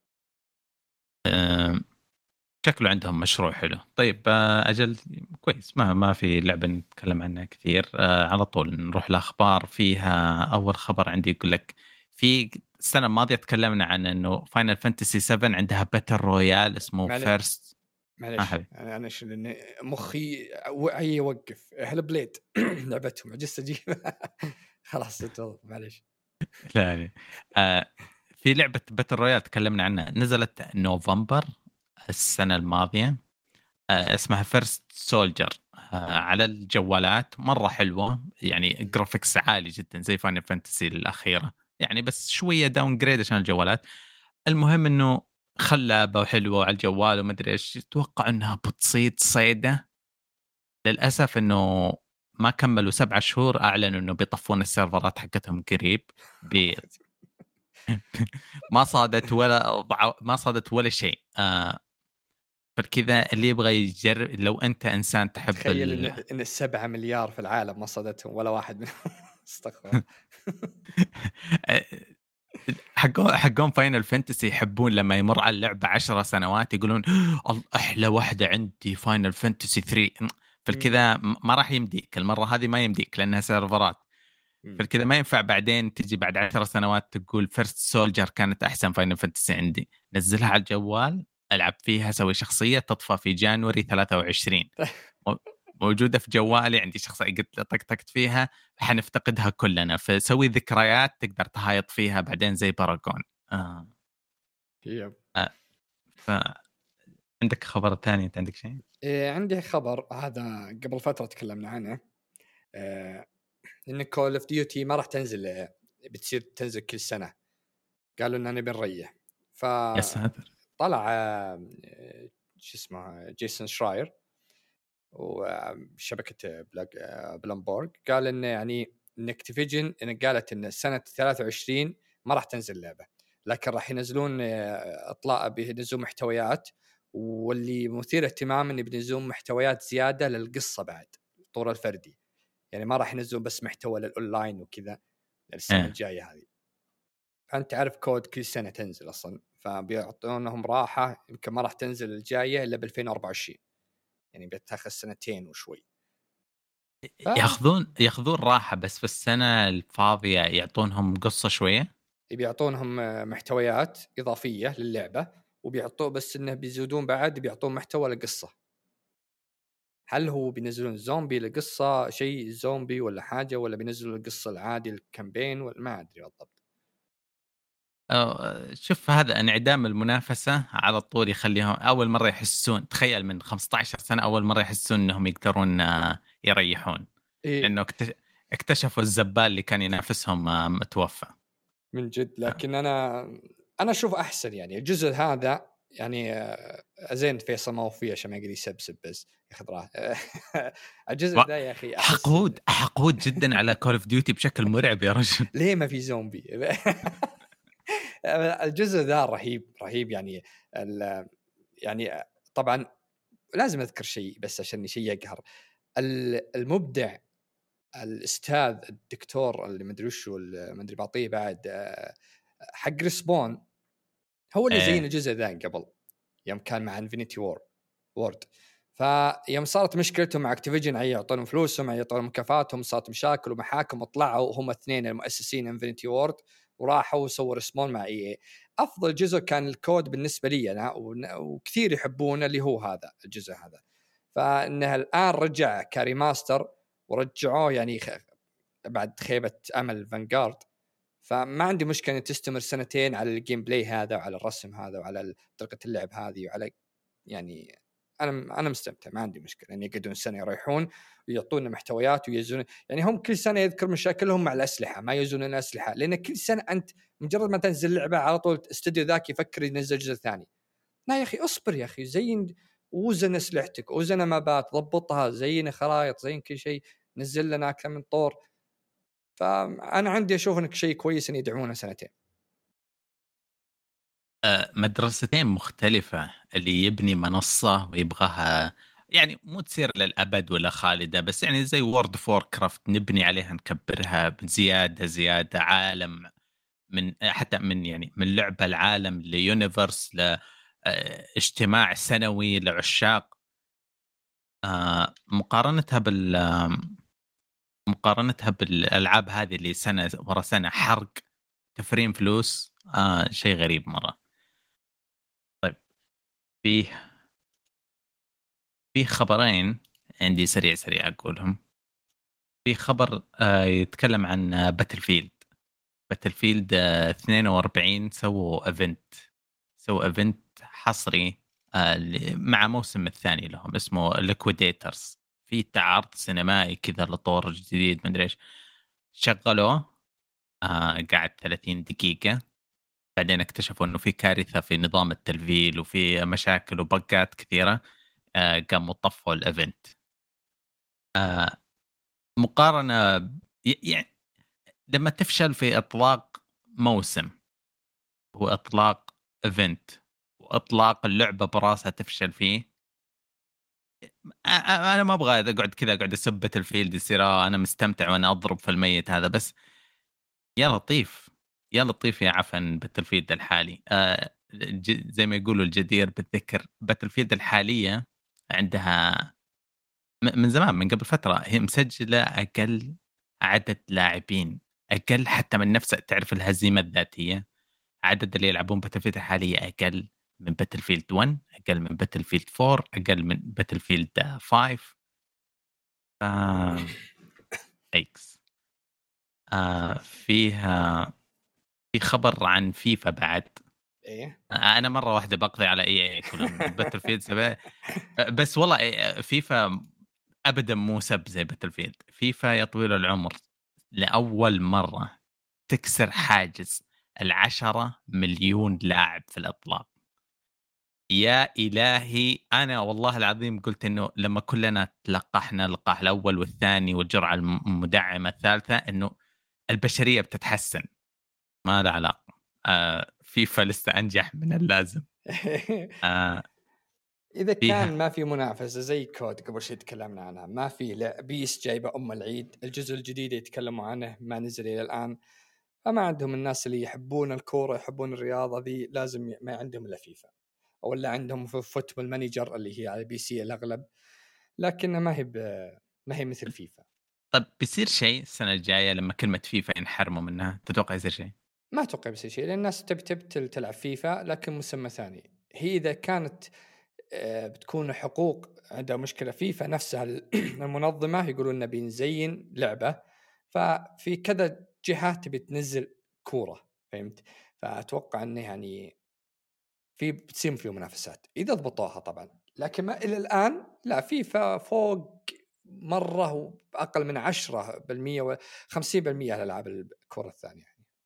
آه، شكله عندهم مشروع حلو. طيب آه، اجل كويس، ما ما في لعبه نتكلم عنها كثير. آه، على طول نروح لاخبار. فيها اول خبر عندي يقول لك في السنه الماضيه تكلمنا عن انه فاينل فانتسي سبعة عندها باتل رويال اسمه معلش فيرست. اه معلش حبيبي. انا انا ش- لأن مخي وعي يوقف هل بليد لعبتهم عجزت اجيب. خلاص تفضل معلش. لا لا. آه، في لعبه باتل رويال تكلمنا عنها نزلت نوفمبر السنه الماضيه. آه، اسمها فيرست سولجر. على الجوالات مرة حلوة، يعني جرافيكس عالي جدا زي فاينل فانتسي الأخيرة، يعني بس شوية داون جريد عشان الجوالات. المهم انه خلابة وحلوة على الجوال وما ادري ايش. اتوقع انها بتصيد صيدة. للأسف انه ما كملوا سبعة شهور اعلنوا انه بيطفون السيرفرات حقتهم قريب. بي... ما صادت ولا ما صادت ولا شيء. آه فكذا اللي يبغى يجرب، لو انت انسان تحب تخيل ال... ان ان السبعة مليار في العالم ما صدتهم ولا واحد منهم. استغفر الله. حقون حقون فاينل فانتسي يحبون لما يمر على اللعبة عشر سنوات يقولون "الله، أحلى واحدة عندي فاينل فانتسي ثلاثة". مم. فالكذا ما راح يمديك المرة هذه، ما يمديك لأنها سيرفرات. مم. فالكذا ما ينفع بعدين تجي بعد عشر سنوات تقول فيرست سولجر كانت أحسن فاينل فانتسي عندي. نزلها على الجوال، ألعب فيها، سوي شخصية تطفى في جانوري ثلاثة وعشرين. موجودة في جوالي، عندي شخصية قلت طقطقت فيها، حنفتقدها كلنا، فسوي ذكريات تقدر تهايط فيها بعدين زي باراجون. آه. يب. آه. فعندك خبر ثاني؟ انت عندك شيء؟ إيه عندي خبر هذا قبل فترة تكلمنا عنه، آه ان كول اوف ديوتي ما راح تنزل، آه، بتصير تنزل كل سنة. قالوا اننا نبي نريح. يا فطلع ساتر. آه شو اسمه جيسون شراير وشبكة بلاك آه بلمبورغ، قال انه يعني ان اكتيفيجن ان قالت ان سنة ثلاثة وعشرين ما راح تنزل لعبة، لكن راح ينزلون اطلاق بينزلون محتويات، واللي مثير اهتمام انه بينزلون محتويات زياده للقصه بعد طور الفردي، يعني ما راح ينزلون بس محتوى للاونلاين وكذا السنه إيه. الجايه هذه. فانت عارف كود كل سنه تنزل اصلا، فبيعطونهم راحه، يمكن ما راح تنزل الجايه الا ب ألفين وأربعة وعشرين، يعني بتاخذ سنتين وشوي. ف... ياخذون ياخذون راحة، بس في السنة الفاضية يعطونهم قصة شوية. بيعطونهم محتويات اضافيه للعبه، وبيعطوه بس انه بيزودون بعد بيعطون محتوى للقصه. هل هو بينزلون زومبي لقصه شيء زومبي ولا حاجه، ولا بينزلوا القصه العادي الكامبين، ولا ما ادري بالضبط. أه، شوف، هذا انعدام المنافسة على طول يخليهم أول مرة يحسون، تخيل من خمسة عشر سنة أول مرة يحسون أنهم يقدرون آه، يريحون، إيه لأنه اكت- اكتشفوا الزبال اللي كان ينافسهم آه، متوفى. من جد. لكن انا انا اشوف احسن يعني الجزء هذا، يعني آه، زين فيصل ما هو فيه عشان ما يقدر يسبسب بس ياخذ راحه. الجزء و- ذا يا اخي احس حقود حقود جدا على كول اوف ديوتي بشكل مرعب يا رجل. ليه ما في زومبي. الجزء ذا رهيب رهيب يعني ال... يعني طبعا لازم اذكر شيء بس عشان شيء يقهر. المبدع الاستاذ الدكتور اللي مدري وش ما ادري بعطيه بعد آه، حق ريسبون، هو اللي زين ايه. الجزء ذا قبل يوم كان مع انفينيتي وور وورد. فيوم صارت مشكلتهم مع اكتيفيجن عي يعطونهم فلوسهم يعطونهم مكافاتهم، صارت مشاكل ومحاكم، وطلعوا هم اثنين المؤسسين انفينيتي وورد وراحوا وسووا ريسبون مع اي اي. افضل جزء كان الكود بالنسبه لي انا وكثير يحبونه اللي هو هذا الجزء هذا. فانها الان رجع كاريماستر ورجعوه يعني بعد خيبه امل فانغارد. فما عندي مشكله ان تستمر سنتين على الجيم بلاي هذا وعلى الرسم هذا وعلى طريقه اللعب هذه وعلى يعني انا انا مستمتع، ما عندي مشكله ان يقعدون سنه يريحون ويعطونا محتويات ويزون. يعني هم كل سنه يذكر مشاكلهم مع الاسلحه، ما يزون الاسلحه، لان كل سنه انت مجرد ما تنزل لعبه على طول استوديو ذاك يفكر ينزل جزء ثاني. لا يا اخي اصبر يا اخي، زين وزن اسلحتك، وزن مابات، ضبطها، زين خرائط، زين كل شيء، نزل لنا اكثر من طور. فانا عندي اشوف انك شيء كويس ان يدعمونه سنتين. آه، مدرستين مختلفة، اللي يبني منصة ويبغاها يعني مو تصير للأبد ولا خالدة، بس يعني زي وورد فور كرافت نبني عليها نكبرها بزيادة زيادة عالم، من حتى من يعني من لعبة العالم ليونيفرس لاجتماع سنوي لعشاق. آه، مقارنتها بال آم، مقارنتها بالألعاب هذه اللي سنة ورا سنة حرق تفريم فلوس، آه شيء غريب مرة. طيب، فيه في خبرين عندي سريع سريع أقولهم. في خبر آه يتكلم عن باتل فيلد. باتل فيلد آه اثنين وأربعين سووا ايفنت سووا ايفنت حصري آه ل- مع موسم الثاني لهم اسمه ليكويديترز. في تعرض سينمائي كذا لطور جديد مدري ايش شغلوه. آه قعد ثلاثين دقيقة، بعدين اكتشفوا انه في كارثة في نظام التلفيل وفي مشاكل وبقات كثيرة. آه قاموا طفوا الايفنت. آه مقارنة ي- يعني لما تفشل في إطلاق موسم وإطلاق إيفنت وإطلاق اللعبة براسها تفشل فيه، أ- أ- أنا ما أبغى أقعد كذا أقعد أسب باتل فيلد يصير آه أنا مستمتع وأنا أضرب في الميت هذا بس. يا لطيف يا لطيف يا عفن باتل فيلد الحالي. آه ج- زي ما يقولوا الجدير بالذكر باتل فيلد الحالية عندها م- من زمان، من قبل فترة هي مسجلة أقل عدد لاعبين، أقل حتى من نفس تعرف الهزيمة الذاتية. عدد اللي يلعبون باتل فيلد الحالية أقل من باتل فيلد واحد، أقل من باتل فيلد فور، أقل من باتل فيلد فايف. ف... اكس آه فيها في خبر عن فيفا بعد. ايه آه، أنا مرة واحدة بقضي على إي إي كلهم باتل فيلد سبع. بس والله إيه، فيفا ابدا مو سب زي باتل فيلد. فيفا يا طويل العمر لاول مره تكسر حاجز العشرة مليون لاعب في الاطلاق. يا الهي، انا والله العظيم قلت انه لما كلنا تلقحنا اللقاح الاول والثاني والجرعه المدعمه الثالثه انه البشريه بتتحسن. ما له علاقه. آه فيفا لسه انجح من اللازم. آه اذا فيها كان ما في منافسه زي كود قبل شيء تكلمنا عنها، ما في لا بيس جايبه ام العيد، الجزء الجديد يتكلموا عنه ما نزل الى الان، فما عندهم الناس اللي يحبون الكوره يحبون الرياضه ذي، لازم ي- ما عندهم الا فيفا، ولا عندهم في فوتبول مانجر اللي هي على بي سي الاغلب، لكن ما هي ب- ما هي مثل فيفا. طب بيصير شيء السنة الجاية لما كلمة فيفا ينحرموا منها، تتوقع يصير شيء؟ ما اتوقع بيصير شيء، لان الناس تبي تبي تل- تلعب فيفا لكن مسمى ثاني. هي اذا كانت آه، بتكون حقوق عندها مشكله، فيفا نفسها المنظمه يقولون نبي نزين لعبه، ففي كذا جهات تبي تنزل كوره، فهمت؟ فاتوقع انه يعني في بتصير في منافسات اذا ضبطوها طبعا، لكن ما الى الان لا، فيفا فوق مره واقل من عشرة بالمية و خمسين بالمية على العاب الكره الثانيه.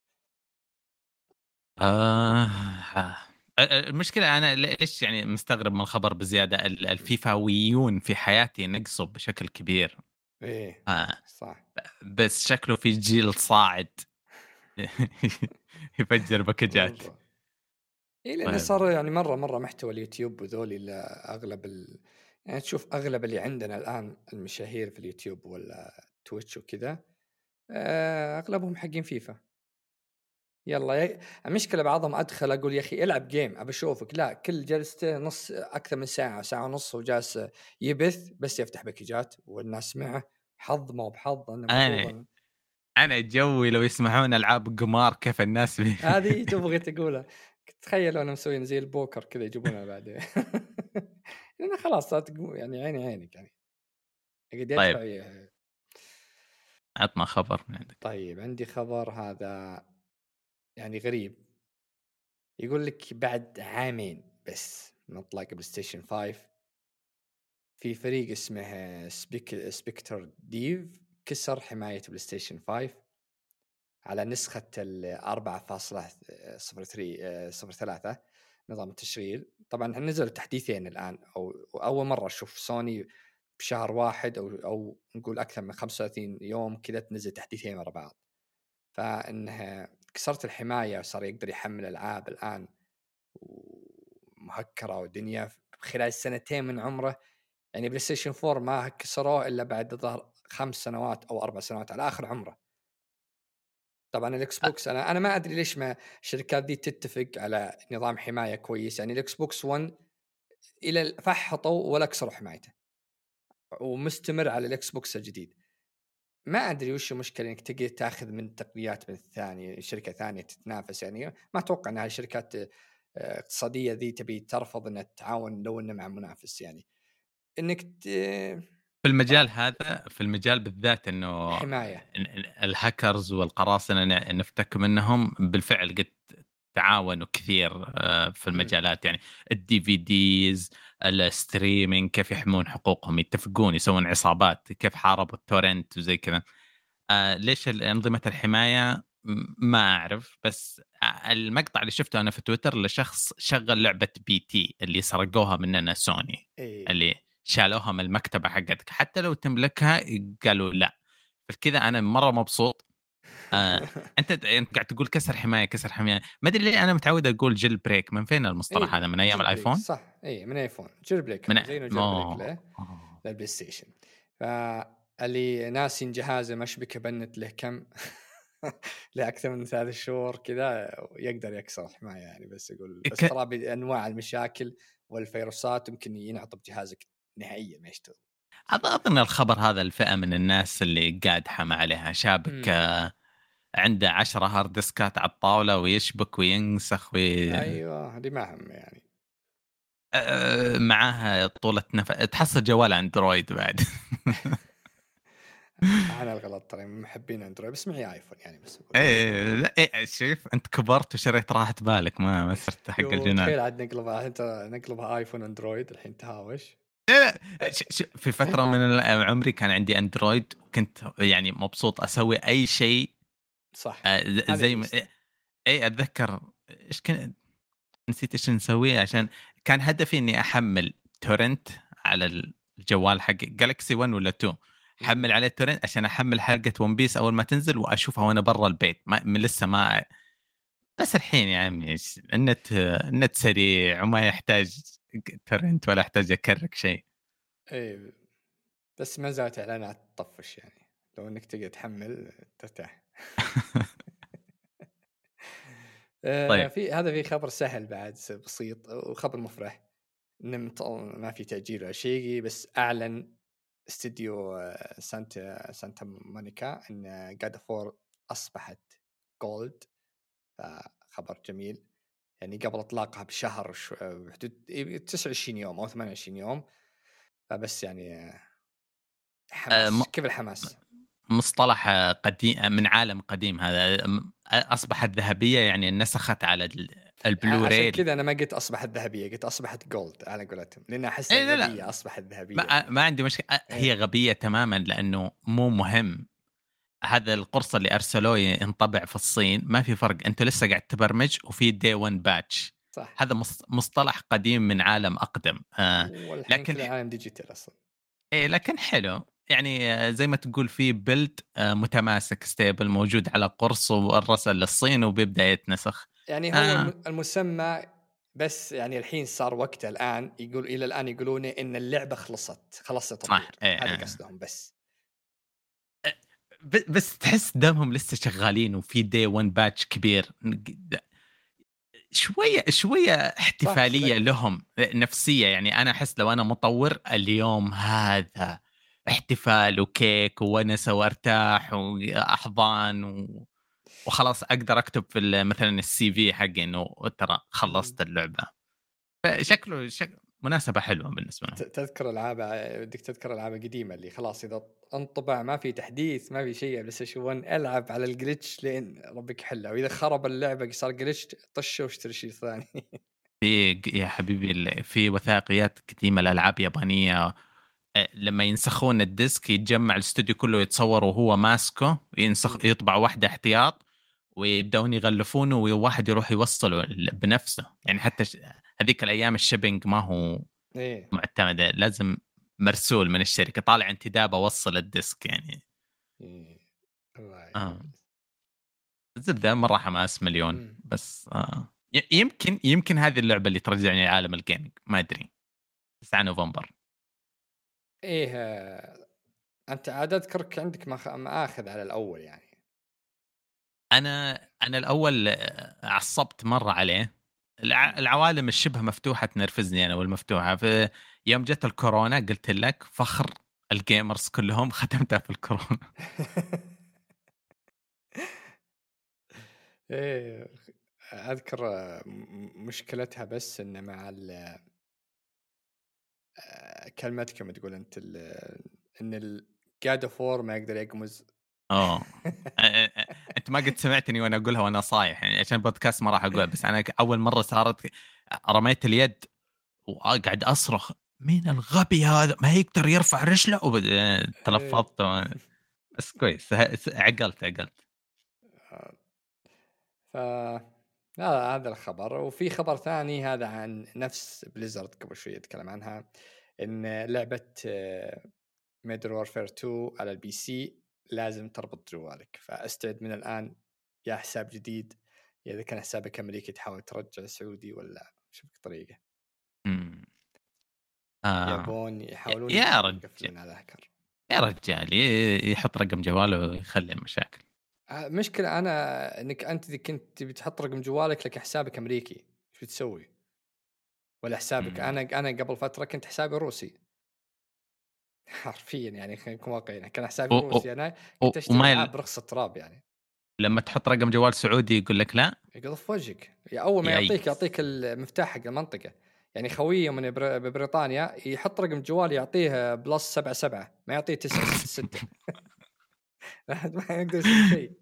آه آه. المشكلة أنا ليش يعني مستغرب من الخبر بزيادة، ال- الفيفاويون في حياتي نقصوا بشكل كبير. ايه آه. صح. بس شكله في جيل صاعد يفجر باكجات. والله إيه، لأنه طيب. صار يعني مرة مرة محتوى اليوتيوب وذولي اللي أغلب ال... يعني تشوف أغلب اللي عندنا الآن المشاهير في اليوتيوب ولا تويتش وكذا، آه، أغلبهم حقين فيفا. يلا ي... المشكلة بعضهم أدخل أقول يا أخي العب جيم أبى أشوفك، لا كل جلسته نص أكثر من ساعة ساعة ونص وجالس يبث بس يفتح باكجات والناس معه، حظ ما هو بحظ، أنه المفروض أنا أن... أنا جوي لو يسمحون ألعاب قمار كيف الناس بي... هذه تبغي تقولها. تخيل انا مسوين زي البوكر كذا يجيبونها بعدين. لأنه خلاص صارت تقو- يعني عيني عينك يعني قد طيب يدفع ي- عطنا خبر من عندك. طيب عندي خبر هذا يعني غريب، يقول لك بعد عامين بس من اطلاق بلاي ستيشن خمسة، في فريق اسمه سبيك سبيكتر ديف كسر حماية بلاي ستيشن خمسة على نسخة ال أربعة فاصلة صفر ثلاثة نظام التشغيل. طبعا نزل تحديثين الآن، أو أول مرة أشوف سوني بشهر واحد أو أو نقول أكثر من خمسة وثلاثين يوم كذا تنزل تحديثين ورا بعض، فإنها كسرت الحماية وصار يقدر يحمل ألعاب الآن ومهكرة ودنيا خلال سنتين من عمره. يعني بلاي ستيشن أربعة ما كسروه إلا بعد ظهر خمس سنوات أو أربع سنوات على آخر عمره. طبعا الاكس بوكس انا انا ما ادري ليش ما الشركات دي تتفق على نظام حمايه كويس، يعني الاكس بوكس واحد الى ال- فحطوا ولا كسروا حمايته ومستمر على الاكس بوكس الجديد. ما ادري وش المشكله انك تقدر تاخذ من تقنيات من الثانيه شركه ثانيه تتنافس، يعني ما اتوقع ان هالشركات آه، اقتصاديه ذي تبي ترفض انها تتعاون لو انه مع منافس، يعني انك ت... في المجال هذا، في المجال بالذات انه حمايه. ال- ال- الهاكرز والقراصنة ن- نفتك منهم بالفعل، قد تعاونوا كثير آه، في امم المجالات، يعني الدي في ديز، الستريمينج، كيف يحمون حقوقهم، يتفقون يسوون عصابات، كيف حاربوا التورنت وزي كذا. آه ليش ال- أنظمة الحماية م- ما أعرف، بس آه، المقطع اللي شفته أنا في تويتر لشخص شغل لعبة بي تي اللي سرقوها مننا سوني، اي اللي شالوها من المكتبة حقتك حتى لو تملكها، قالوا لا. فكذا أنا مرة مبسوط. آه أنت أنت قاعد تقول كسر حماية كسر حماية، ما أدري ليه أنا متعود أقول جيل بريك. من فين المصطلح هذا؟ اي من أيام جيل بريك الآيفون؟ صح، اي من ايفون جيل بريك، من زينو جيل بريك أوه. له أوه. للبلاي ستيشن. فاللي ناسي جهازه مشبكه بنت له كم لاكثر من ثلاث شهور كذا يقدر يكسر الحمايه، يعني بس يقول بس ك- ترى بانواع المشاكل والفيروسات ممكن ينعطب جهازك نهائيا ما يشتغل. أظن الخبر هذا الفئة من الناس اللي قادحة ما عليها شابك امم عنده عشرة هارد ديسكات على الطاولة ويشبك وينسخ وي... ايوه هذه ما هم يعني. أه، معاها طولة نفس، تحصل جوال اندرويد بعد. انا الغلط ترى من محبين اندرويد بس معي ايفون يعني، بس اقول لك. ايه لا ايه شوف، انت كبرت وشريت راحة بالك، ما ما صرت حق يو الجنان. تخيل عاد نقلبها انت، نقلبها ايفون اندرويد الحين تهاوش. لا لا ش- ش- في فترة من ال- عمري كان عندي اندرويد وكنت يعني مبسوط اسوي اي شيء. صح آه، ز- هذه زي ما الميزه. اي اتذكر ايش كنت، نسيت ايش نسويه، عشان كان هدفي اني احمل تورنت على الجوال حق جالكسي واحد ولا اثنين، حمل مم. عليه تورنت عشان احمل حلقه ون بيس اول ما تنزل واشوفها وانا برا البيت، ما م- لسه ما بس الحين يا عمي إيش النت النت سريع وما يحتاج ترنت ولا يحتاج أكرك شيء. ايه بس ما زالت اعلانات تطفش يعني، لو انك تقدر تحمل ترتاح. آه، طيب في هذا في خبر سهل بعد بسيط وخبر مفرح، انه مط- ما في تأجيل ولا شيء، بس اعلن استديو آه، سانتا سانتا مونيكا ان جاد فور اصبحت جولد. فخبر جميل يعني، قبل اطلاقها بشهر وش- بحدود تسعة وعشرين يوم او ثمانية وعشرين يوم. فبس يعني آه، آه، م- حماس، كيف الحماس. مصطلح آه، قديم من عالم قديم هذا. م- أصبحت ذهبية يعني نسخت على ال- عشان البلوراي. كذا انا ما قلت اصبحت ذهبيه، قلت اصبحت جولد على قولتهم، لان احسها إيه لا لا، غبيه اصبحت ذهبيه ما, يعني. ما عندي مشكلة. آه، هي ايه غبية تماما لأنه مو مهم. هذا القرص اللي أرسلوه ينطبع في الصين ما في فرق، أنت لسه قاعد تبرمج وفي دي ون باتش. صح. هذا مص- مصطلح قديم من عالم أقدم. آه والحين لكن كل العالم ديجيتال اصلا. ايه لكن حلو يعني. آه، زي ما تقول في بيلد متماسك ستيبل موجود على قرص والرسل للصين وبيبدأ يتنسخ. يعني هو آه الم- المسمى، بس يعني الحين صار وقته الان، يقول الى الان يقولون ان اللعبه خلصت، خلص صح. تطوير، إيه هذا آه. قصدهم بس. ب- بس تحس دمهم لسه شغالين وفي دي ون باتش كبير. شوية شوية صح احتفالية صدقت. لهم نفسية يعني. أنا أحس لو أنا مطور اليوم هذا احتفال وكيك وونسة وارتاح وأحضان و... وخلاص أقدر أكتب في ال- مثلا السي في حقي إنه ترى مم. خلصت اللعبة. فشكله شك... مناسبة حلوة بالنسبة ت- لهم. تذكر العاب، بدك تذكر العاب قديمه اللي خلاص اذا انطبع ما في تحديث ما في شيء، بس شو العب على الجلitch لين ربك حله، واذا خرب اللعبه صار جلitch طشه واشتري شيء ثاني. في يا حبيبي ال- في وثائقيات قديمة الألعاب يابانية. آه، لما ينسخون الديسك يتجمع الاستوديو كله يتصور وهو ماسكه ينسخ يطبع واحدة احتياط ويبدأون يغلفونه وواحد يروح يوصله ال- بنفسه يعني. حتى ش- هذيك الأيام الشيبينج ما هو ايه. معتمد، لازم مرسول من الشركة طالع انتداب أوصل الديسك يعني. إيه. الله آه. يعين. الزبدة مرة حماس مليون. مم. بس آه. ي- يمكن يمكن هذه اللعبة اللي ترجعني لعالم الجيمنج ما أدري. تسعة نوفمبر. ايه آه، انت عاد اذكرك عندك مخ... ماخذ على الاول يعني. انا انا الاول آه، عصبت مره عليه. الع- مم. العوالم الشبه مفتوحه تنرفزني انا، والمفتوحه في يوم جت الكورونا قلت لك فخر الجيمرز كلهم ختمتها في الكورونا. ايه اذكر آه، م- مشكلتها بس انه مع ال- آه، كلمتكم تقول انت ال- ان الجاد فور ما يقدر يقمز. اه أ- أ- أ- انت ما قد سمعتني وانا اقولها وانا صايح يعني، عشان البودكاست ما راح اقولها. بس انا ك- اول مره صارت رميت اليد وقاعد اصرخ مين الغبي هذا ما يقدر يرفع رجله وبد... إيه. تلفظت. بس كويس ه- عقلت عقلت. آه، ف لا هذا الخبر، وفي خبر ثاني هذا عن نفس بليزرد قبل شوي اتكلم عنها، ان لعبه ميدل وورفير تو على البي سي لازم تربط جوالك، فاستعد من الان يا حساب جديد، يا اذا كان حسابك امريكي تحاول ترجع سعودي ولا شوف لك طريقه. مم. آه. يبون يا يحاولون يا رجال، يقفلون على الهكر. يا رجال ي- يحط رقم جواله ويخلي المشاكل. آه، مشكلة أنا إنك أنت إذا كنت تبي تحط رقم جوالك لك حسابك أمريكي شو تسوي؟ ولا حسابك، مم. أنا أنا قبل فترة كنت حسابي روسي. حرفيا يعني خلينا نكون واقعيين، كان حسابي و و روسي أنا، و كنت أشتري وما ألعاب ال... برخص التراب يعني. لما تحط رقم جوال سعودي يقول لك لا. يقول في وجهك، يا اول ما يعطيك يايكس. يعطيك المفتاح حق المنطقه. يعني خويه من بر- ببريطانيا يحط رقم جوال يعطيه بلس سبعة سبعة، ما يعطيه تسعة ستة ستة. ما يقدر يسوي شيء.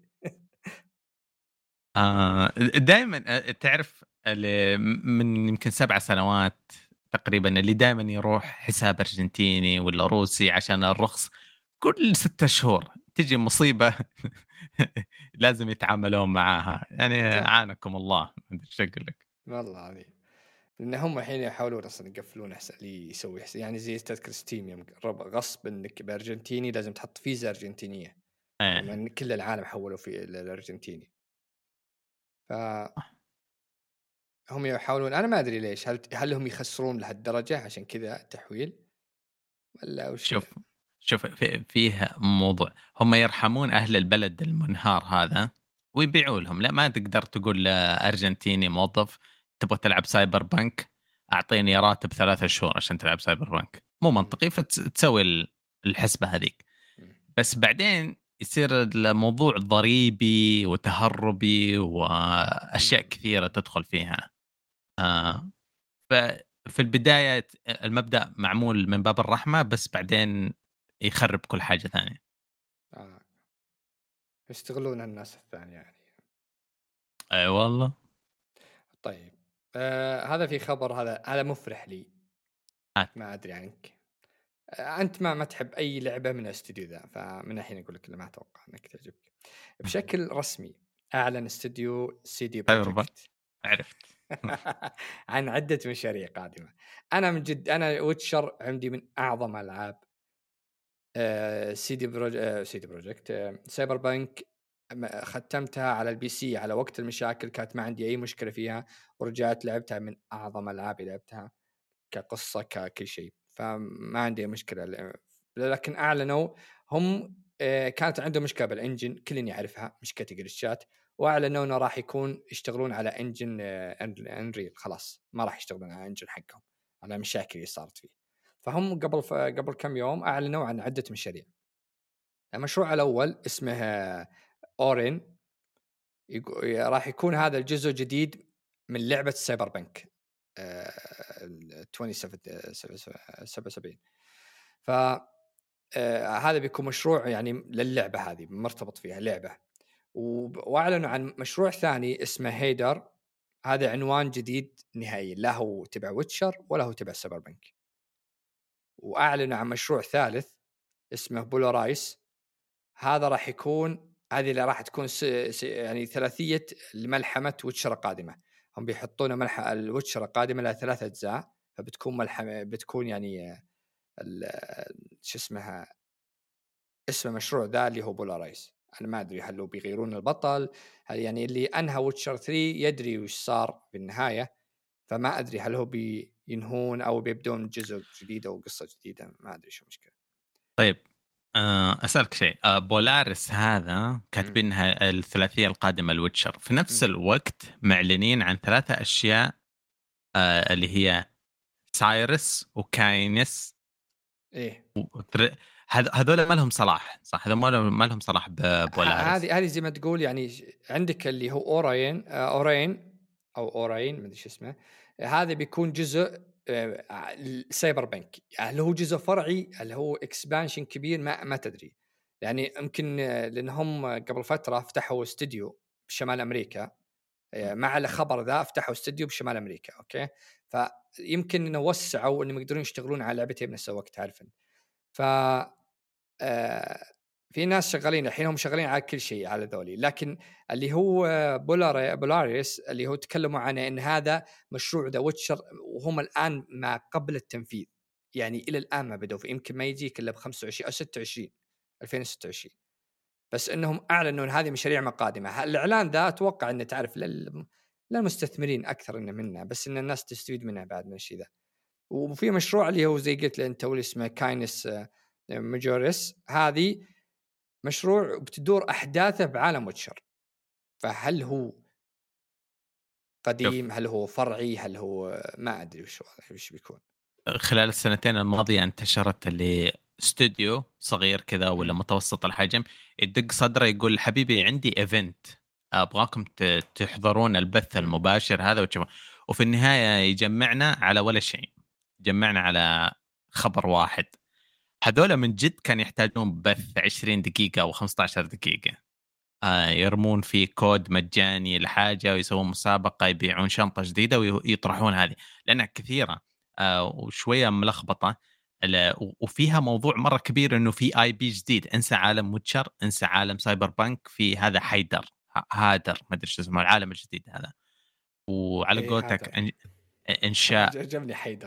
آه دائما تعرف اللي من يمكن سبع سنوات تقريبا اللي دائما يروح حساب ارجنتيني ولا روسي عشان الرخص. كل ستة شهور تجي مصيبة لازم يتعاملون معاها يعني. صح. عانكم الله ما ادري ايش اقول لك. والله عليك. لان هم الحين يحاولون اصلا يقفلون احسن اللي يسوي حسن. يعني زي تذكر ستيم يوم رب- غصب انك بارجنتيني لازم تحط فيزا ارجنتينيه، ايه لما كل العالم حولوا في الارجنتيني. ف هم يحاولون، أنا ما أدري ليش، هل هل هم يخسرون لهالدرجة عشان كذا التحويل والّا وش؟ شوف شوف في فيه موضوع، هم يرحمون أهل البلد المنهار هذا ويبيعوا لهم، لأ ما تقدر تقول لأرجنتيني موظف تبغى تلعب سايبر بانك أعطيني راتب ثلاثة شهور عشان تلعب سايبر بانك، مو إمم، منطقي فتسوي ال الحسبة هذيك. إمم، بس بعدين يصير الموضوع ضريبي وتهرُّبي وأشياء إمم، كثيرة تدخل فيها. آآ ففي البداية ت المبدأ معمول من باب الرحمة، بس بعدين يخرب كل حاجة ثانية. آه، يستغلون الناس الثانية يعني. أي والله. طيب، آآ هذا في خبر، هذا هذا مفرح لي، هات. ما أدري عنك. آآ أنت ما ما تحب أي لعبة من الاستوديو ذا، فمن الحين أقول لك إنه ما أتوقع إنك تعجبك. بشكل رسمي أعلن استوديو سي دي سايبر بانك بروجكت عرفت. عن عدة مشاريع قادمة. أنا من جد، أنا ويتشر عندي من أعظم ألعاب آآ سي دي بروج آآ سي دي بروجكت سايبر بانك. م ختمتها على البي سي على وقت المشاكل، كانت ما عندي أي مشكلة فيها، ورجعت لعبتها، من أعظم ألعابي لعبتها. كقصة ككل شيء، فما عندي مشكلة ل لكن أعلنوا هم، آآ كانت عندهم مشكلة بالengine كلٍ يعرفها، مشكلة الجلتشات، وأعلنوا إنه راح يكون يشتغلون على engine Unr Unreal، خلاص ما راح يشتغلون على engine حقهم، على المشاكل اللي صارت فيه. فهم قبل ف قبل كم يوم أعلنوا عن عدة مشاريع. المشروع الأول اسمه Orin، يق راح يكون هذا الجزء جديد من لعبة سايبر بانك آآ ال سبعة وسبعين سبعة وسبعين. ف آآ هذا بيكون مشروع يعني للعبة هذه، مرتبط فيها لعبة. وب وأعلنوا عن مشروع ثاني اسمه هيدر، هذا عنوان جديد نهائيًا، لا هو تبع Witcher ولا هو تبع سايبر بانك. وأعلنوا عن مشروع ثالث اسمه Polaris، هذا راح يكون، هذه اللي راح تكون س س يعني ثلاثية لملحمة ويتشر القادمة. هم بيحطون ملح الويتشر القادمة لها ثلاث أجزاء، فبتكون ملحمة، بتكون يعني ال شو اسمها، اسم المشروع ذا اللي هو بولارايز. أنا ما أدري هل هو بيغيرون البطل، هل يعني اللي أنهى ويتشر ثلاثة يدري وش صار بالنهاية، فما أدري هل هو بينهون أو بيبدون جزء جديد أو قصة جديدة، ما أدري شو المشكلة. طيب آآ أسألك شيء، آآ بولاريس هذا إمم، كاتبينها الثلاثية القادمة لWitcher، في نفس إمم، الوقت معلنين عن ثلاثة أشياء آآ اللي هي سايرس وكاينس إيه. وتر هذ هذول ما لهم صلاح، صح؟ هذول ما لهم ما لهم صلاح ه ببولاريس. هذه هذه زي ما تقول يعني ش عندك اللي هو أوراين آآ أورين أو أوراين ما أدري شو اسمه، هذا بيكون جزء آآ ع السايبر بانك، هل هو جزء فرعي، هل هو expansion كبير، ما ما تدري. يعني يمكن لأن هم قبل فترة فتحوا استوديو بشمال أمريكا، آآ مع الخبر ذا فتحوا استوديو بشمال أمريكا، أوكي؟ فيمكن إنه وسعوا إنهم يقدرون يشتغلون على لعبتين بنفس الوقت، تعرف أنت. ف آآ في ناس شغالين الحين، هم شغالين على كل شيء على ذولي، لكن اللي هو بولار بولاريس اللي هو تكلموا عنه إن هذا مشروع ذا ويتشر، وهم الآن ما قبل التنفيذ، يعني إلى الآن ما بدوا فيه، يمكن ما يجيك إلا بخمسة وعشرين أو ستة وعشرين ألفين وستة وعشرين. بس إنهم أعلنوا إن هذه مشاريع ما قادمة. ه الإعلان ذا أتوقع إنه تعرف لل للمستثمرين أكثر إنه منه، بس إن الناس تستفيد منه بعد من الشيء ذا. وفي مشروع اللي هو زي قلت لي أنت واللي اسمه كاينس ماجوريس، هذه مشروع بتدور أحداثه بعالم ويتشر، فهل هو شوف، قديم، هل هو فرعي، هل هو ما أدري وش وش بيكون. خلال السنتين الماضية انتشرت اللي استوديو صغير كذا ولا إمم، متوسط الحجم يدق صدره يقول حبيبي عندي ايفنت ابغاكم ت- تحضرون البث إمم، المباشر هذا وتشوفون، وفي النهاية يجمعنا على ولا شيء، جمعنا على خبر واحد. هذول من جد كان يحتاجون بث عشرين دقيقة أو خمسة عشر دقيقة، آه يرمون فيه كود مجاني لحاجة ويسوون مسابقة يبيعون شنطة جديدة ويطرحون هذه لأنها كثيرة آه وشوية ملخبطة. ال- وفيها موضوع مرة كبير إنه في آي بي جديد، انسى عالم ويتشر، انسى عالم سايبر بانك، في هذا حيدر ه- هادر ما أدري شو اسمه العالم الجديد هذا. وعلى إيه هذا قولتك إن- إنشاء. عجبني حيدر.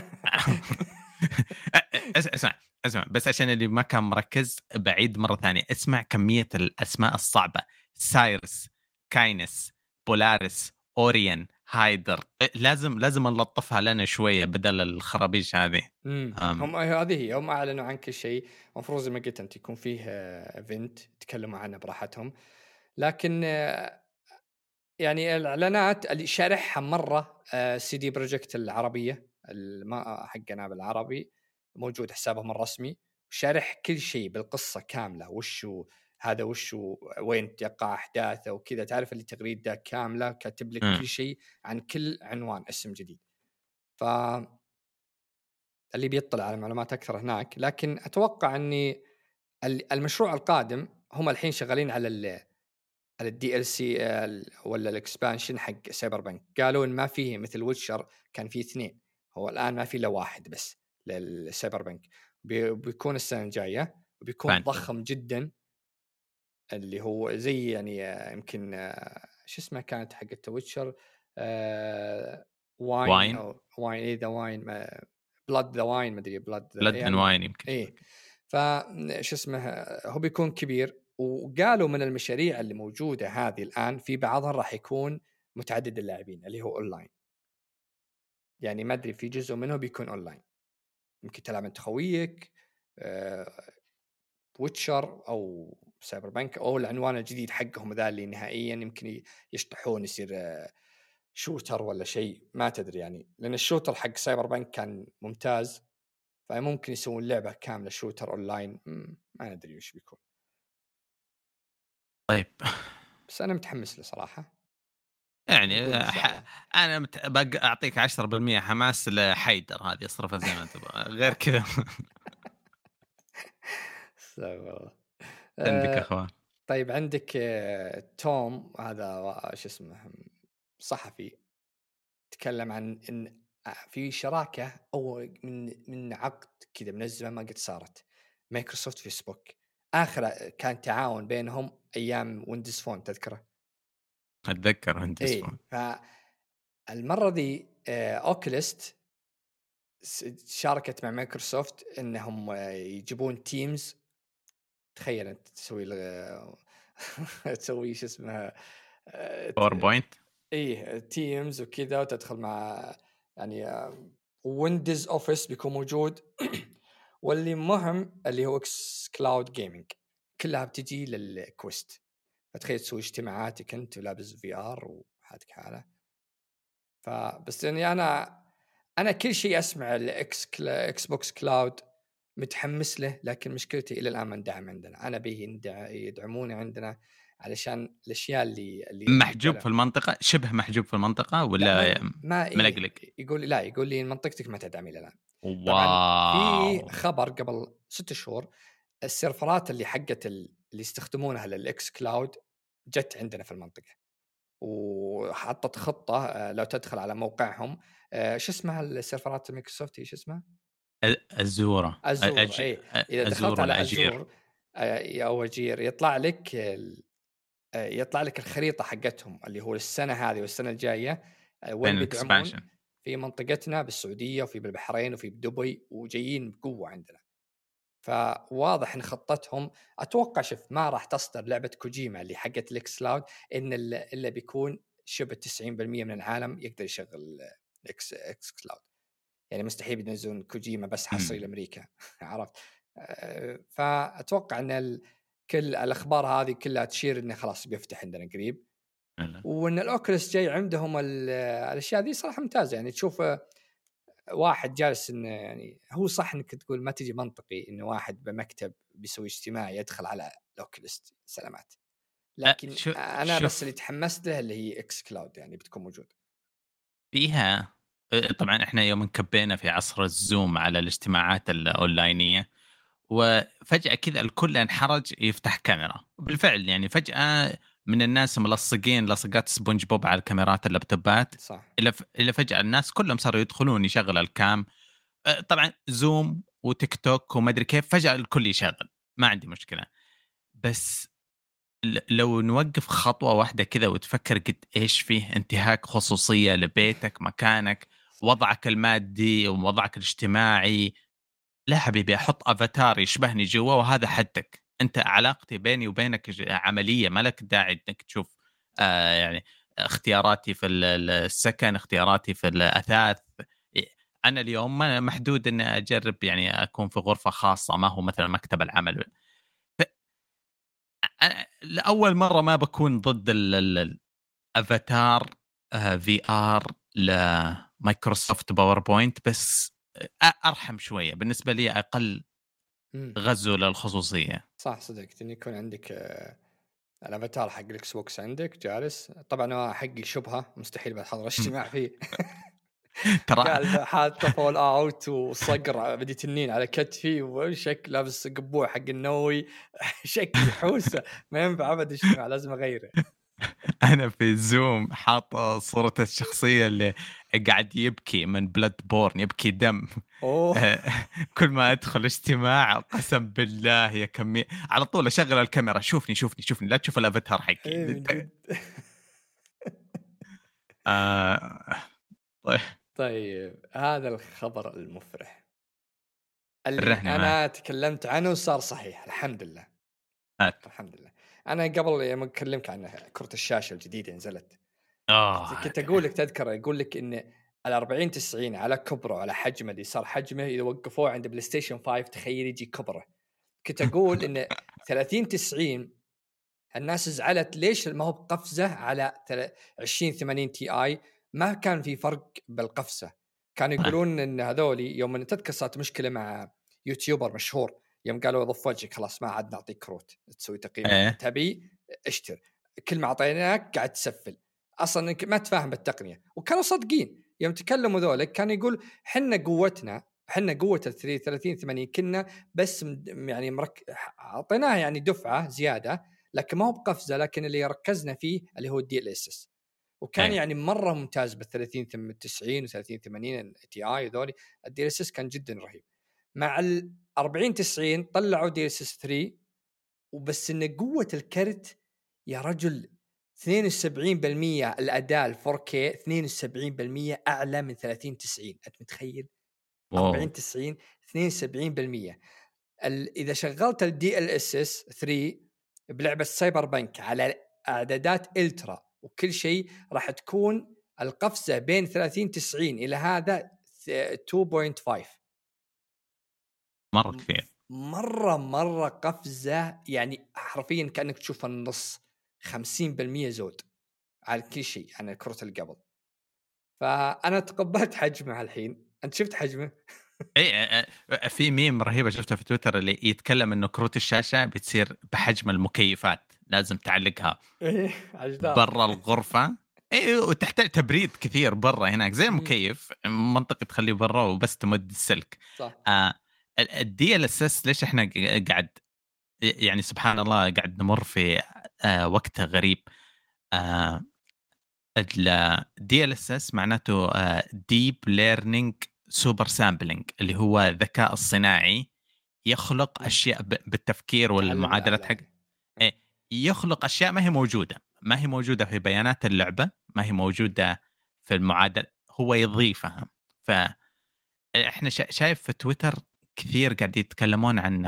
اس- اسمع اسمع بس عشان اللي ما كان مركز بعيد مرة ثانية، اسمع كمية الأسماء الصعبة: سايرس، كاينس، بولاريس، اوريان، هايدر، لازم لازم نلطفها لنا شويه بدل الخرابيش هذه. امم هم هذه هي هم اعلنوا عن كل شيء. المفروض زي ما قلت انت يكون فيه ايفنت يتكلموا عنه براحتهم، لكن آه، يعني الاعلانات اللي شارحها مره سي دي بروجكت العربيه الما حقنا بالعربي، موجود حسابهم الرسمي شارح كل شيء بالقصه كامله، وشو هذا وشو وين تقع احداثه وكذا، تعرف اللي تغريده كامله كاتب لك كل شيء عن كل عنوان اسم جديد. ف اللي بيطلع على معلومات اكثر هناك، لكن اتوقع اني المشروع القادم هم الحين شغالين على ال على الدي ال سي ولا الاكسبانشن حق سايبر بانك. قالوا ان ما فيه مثل ويتشر كان فيه اثنين، هو الان ما فيه الا واحد بس للسايبر بانك. بي بيكون السنه الجايه وبيكون فان. ضخم جدا، اللي هو زي يعني يمكن شو اسمه كانت حقت ويتشر آه واين, واين او واين اي ذا واين بلاد ذا واين ما ادري بلاد بلاد اند واين يمكن ايه. فش اسمه هو بيكون كبير، وقالوا من المشاريع اللي موجوده هذه الان في بعضها راح يكون متعدد اللاعبين اللي هو اونلاين، يعني ما ادري في جزء منه بيكون اونلاين، يمكن تلعب انت خويك آه ويتشر او سايبر بانك او العنوان الجديد حقهم ذا اللي نهائيا يمكن يشطحون يصير آه شوتر ولا شيء ما تدري يعني، لان الشوتر حق سايبر بانك كان ممتاز، فممكن يسوون لعبه كامله شوتر اونلاين ما ندري وش بيكون. طيب بس انا متحمس له صراحه يعني ح... انا مت... بق... اعطيك عشرة بالمية حماس لحيدر هذه اصرفها زي ما تبغى غير كذا. عندك اخوان. طيب عندك توم هذا شو اسمه صحفي تكلم عن ان في شراكه او من من عقد كذا من الزمن ما قد صارت مايكروسوفت فيسبوك، اخر كان تعاون بينهم ايام ويندوز فون تذكره؟ اتذكر ويندوز فون. فالمره ذي اوكليست شاركت مع مايكروسوفت انهم يجيبون تيمز، تخيل انت تسوي تسوي شو اسمه باوربوينت ايه تيمز وكذا وتدخل مع يعني ويندوز اوفيس بيكون موجود واللي مهم اللي هو اكس كلاود جيمنج كلها بتجي للكويست، فتخيل تسوي اجتماعاتك انت ولابس في ار وحالك حاله. فبس يعني انا انا كل شيء اسمع الاكس كلا اكس بوكس كلاود متحمس له، لكن مشكلتي الى الان ما اندعم عندنا، انا بيه يدعموني عندنا علشان الاشياء اللي اللي محجوب في المنطقه، شبه محجوب في المنطقه ولا ما, ما ملقلق؟ إيه يقول لي لا يقول لي منطقتك ما تدعم الى الان. واو. طبعا في خبر قبل ستة شهور السيرفرات اللي حقت اللي يستخدمونها للاكس كلاود جت عندنا في المنطقه، وحطت خطه لو تدخل على موقعهم شو اسمها السيرفرات مايكروسوفت شو اسمها ازوره ازور أج... اي اذا دخلت على ازور او اجير يطلع لك ال... يطلع لك الخريطه حقتهم اللي هو السنه هذه والسنه الجايه وين بيدعمون في منطقتنا بالسعوديه وفي بالبحرين وفي بدبي وجايين بقوه عندنا. فواضح ان خطتهم اتوقع شوف ما راح تصدر لعبه كوجيما اللي حقت الاكس كلاود ان الا بيكون شبه تسعين بالمية من العالم يقدر يشغل اكس اكس كلاود، يعني مستحيل ينزلون كوجيما بس حصري لامريكا عرفت؟ فاتوقع ان ال... كل الاخبار هذه كلها تشير انه خلاص بيفتح عندنا قريب، وان الاوكلس جاي عندهم الاشياء دي صراحه ممتازه، يعني تشوف واحد جالس انه يعني هو صح انك تقول ما تجي منطقي انه واحد بمكتب بيسوي اجتماع يدخل على الاوكلس سلامات، لكن شو انا شوف. بس اللي تحمست له اللي هي اكس كلاود يعني بتكون موجود فيها. طبعا احنا يوم انكبينا في عصر الزوم على الاجتماعات الاونلاينيه وفجاه كذا الكل انحرج يفتح كاميرا، بالفعل يعني فجاه من الناس ملصقين لصقات سبونج بوب على الكاميرات اللابتوبات صح الا ف... الا فجاه الناس كلهم صاروا يدخلون يشغل الكام. طبعا زوم وتيك توك وما ادري كيف فجاه الكل يشغل، ما عندي مشكله، بس لو نوقف خطوة واحدة كذا وتفكر قد إيش فيه انتهاك خصوصية لبيتك، مكانك، وضعك المادي ووضعك الاجتماعي. لا حبيبي، أحط أفاتار يشبهني جوا وهذا حدك. أنت علاقتي بيني وبينك عملية، ما لك داعي إنك تشوف آه يعني اختياراتي في ال ال السكن، اختياراتي في الأثاث. ي أنا اليوم ما محدود إني أجرّب يعني أكون في غرفة خاصة، ما هو مثلًا مكتب العمل. ف أ لأول مرّة ما باكون ضد ال ال الأفاتار آآ في آر لمايكروسوفت باوربوينت، بس أ أرحم شوية، بالنسبة لي أقل إمم. غزو للخصوصية. صح صدقت إن يكون عندك آآ الأفاتار حق الإكس بوكس عندك جالس، طبعًا أنا حقي شبهة مستحيل باحضر إمم. اجتماع فيه. ترى قاعد حاطه فول اوت وصقر بدي تنين على كتفي وشك لابس قبوع حق النووي. شكلي حوسه ما ينفع ابد اجتماع لازم اغيره. أنا في الزوم حاط صورة الشخصية اللي قاعد يبكي من بلاد بورن، يبكي دم. اوه. آآ كل ما أدخل اجتماع قسم بالله يا كمية على طول أشغّل الكاميرا، شوفني، شوفني، شوفني، لا تشوف الأفاتار حقي. اي من أنت جد. آآ طيب طيب هذا الخبر المفرح اللي فرّحني معاك. انا تكلمت عنه وصار صحيح الحمد لله. هات. الحمد لله. انا قبل يوم اكلمك عن كرة الشاشة الجديدة نزلت كنت آه كنت ك أقول لك تذكر يقول لك إن الأربعين تسعين على كبره على حجمه اللي صار حجمه إذا وقفوه عند بلاي ستيشن خمسة تخيل يجي كبره. كنت أقول إن ثلاثين تسعين الناس زعلت ليش ما هو بقفزة على تل- عشرين ثمانين تي آي. ما كان في فرق بالقفزة. كانوا يقولون إن هذولي يوم إن تذكر صارت مشكلة مع يوتيوبر مشهور يوم قالوا ضف وجهك خلاص ما عاد نعطيك كروت تسوي تقييمات إيه. تبي اشتر كل ما أعطيناك قاعد تسفل اصلا انك ما تفهم بالتقنيه وكانوا صادقين يوم تكلموا ذولك كان يقول حنا قوتنا حنا قوه ال ثلاثين ثمانين كنا بس م- يعني مرك... اعطيناها يعني دفعه زياده لكن ما هو بقفزه لكن اللي ركزنا فيه اللي هو الدي ال اس اس وكان إيه. يعني مره ممتاز بال ثلاثين تسعين و ثلاثين ثمانين تي اي ذولي الدي ال اس اس كان جدا رهيب. مع ال أربعين تسعين طلعوا دي اس اس ثلاثة وبس ان قوه الكرت يا رجل اثنين وسبعين بالمئة الاداء ال فور كيه اثنين وسبعين بالمئة اعلى من ثلاثين تسعين انت متخيل. واو! أربعين تسعين اثنين وسبعين بالمئة ال... اذا شغلت الدي ال اس اس ثلاثة بلعبه سايبر بنك على اعدادات الترا وكل شيء راح تكون القفزه بين ثلاثين تسعين الى هذا اثنين فاصلة خمسة. مرّة م- كثير. مرة مرة قفزة يعني حرفيا كأنك تشوف النص خمسين بالمئة زود على كل شيء عن كرة اللي قبل. فأنا تقبلت حجمه الحين أنت شفت حجمه. إيه. أ أ في meme رهيبة شُفتها في تويتر اللي يتكلم إنه كروت الشاشة بتصير بحجم المكيفات، لازم تعلّقها ايه على الجدار. برّا الغرفة. إيه، وتحتاج تبريد كثير برّا هناك، زي مم، المكيف منطقي تخلّيه برّا وبس تمد السلك. صح. آآ ال الدي ال اس اس ليش إحنا ق قاعد ي يعني سبحان الله قاعد نمُر في آآ وقت غريب. آآ ال دي ال اس اس معناته آآ Deep Learning Super Sampling اللي هو الذكاء الصناعي يخلق مم. أشياء ب بالتفكير تعلم والمعادلات الآلة حق يعني. إيه، يخلق أشياء ما هي موجودة، ما هي موجودة في بيانات اللعبة، ما هي موجودة في المعادل، هو يضيفها. فإحنا شا شايف في تويتر كثير قاعد يتكلمون عن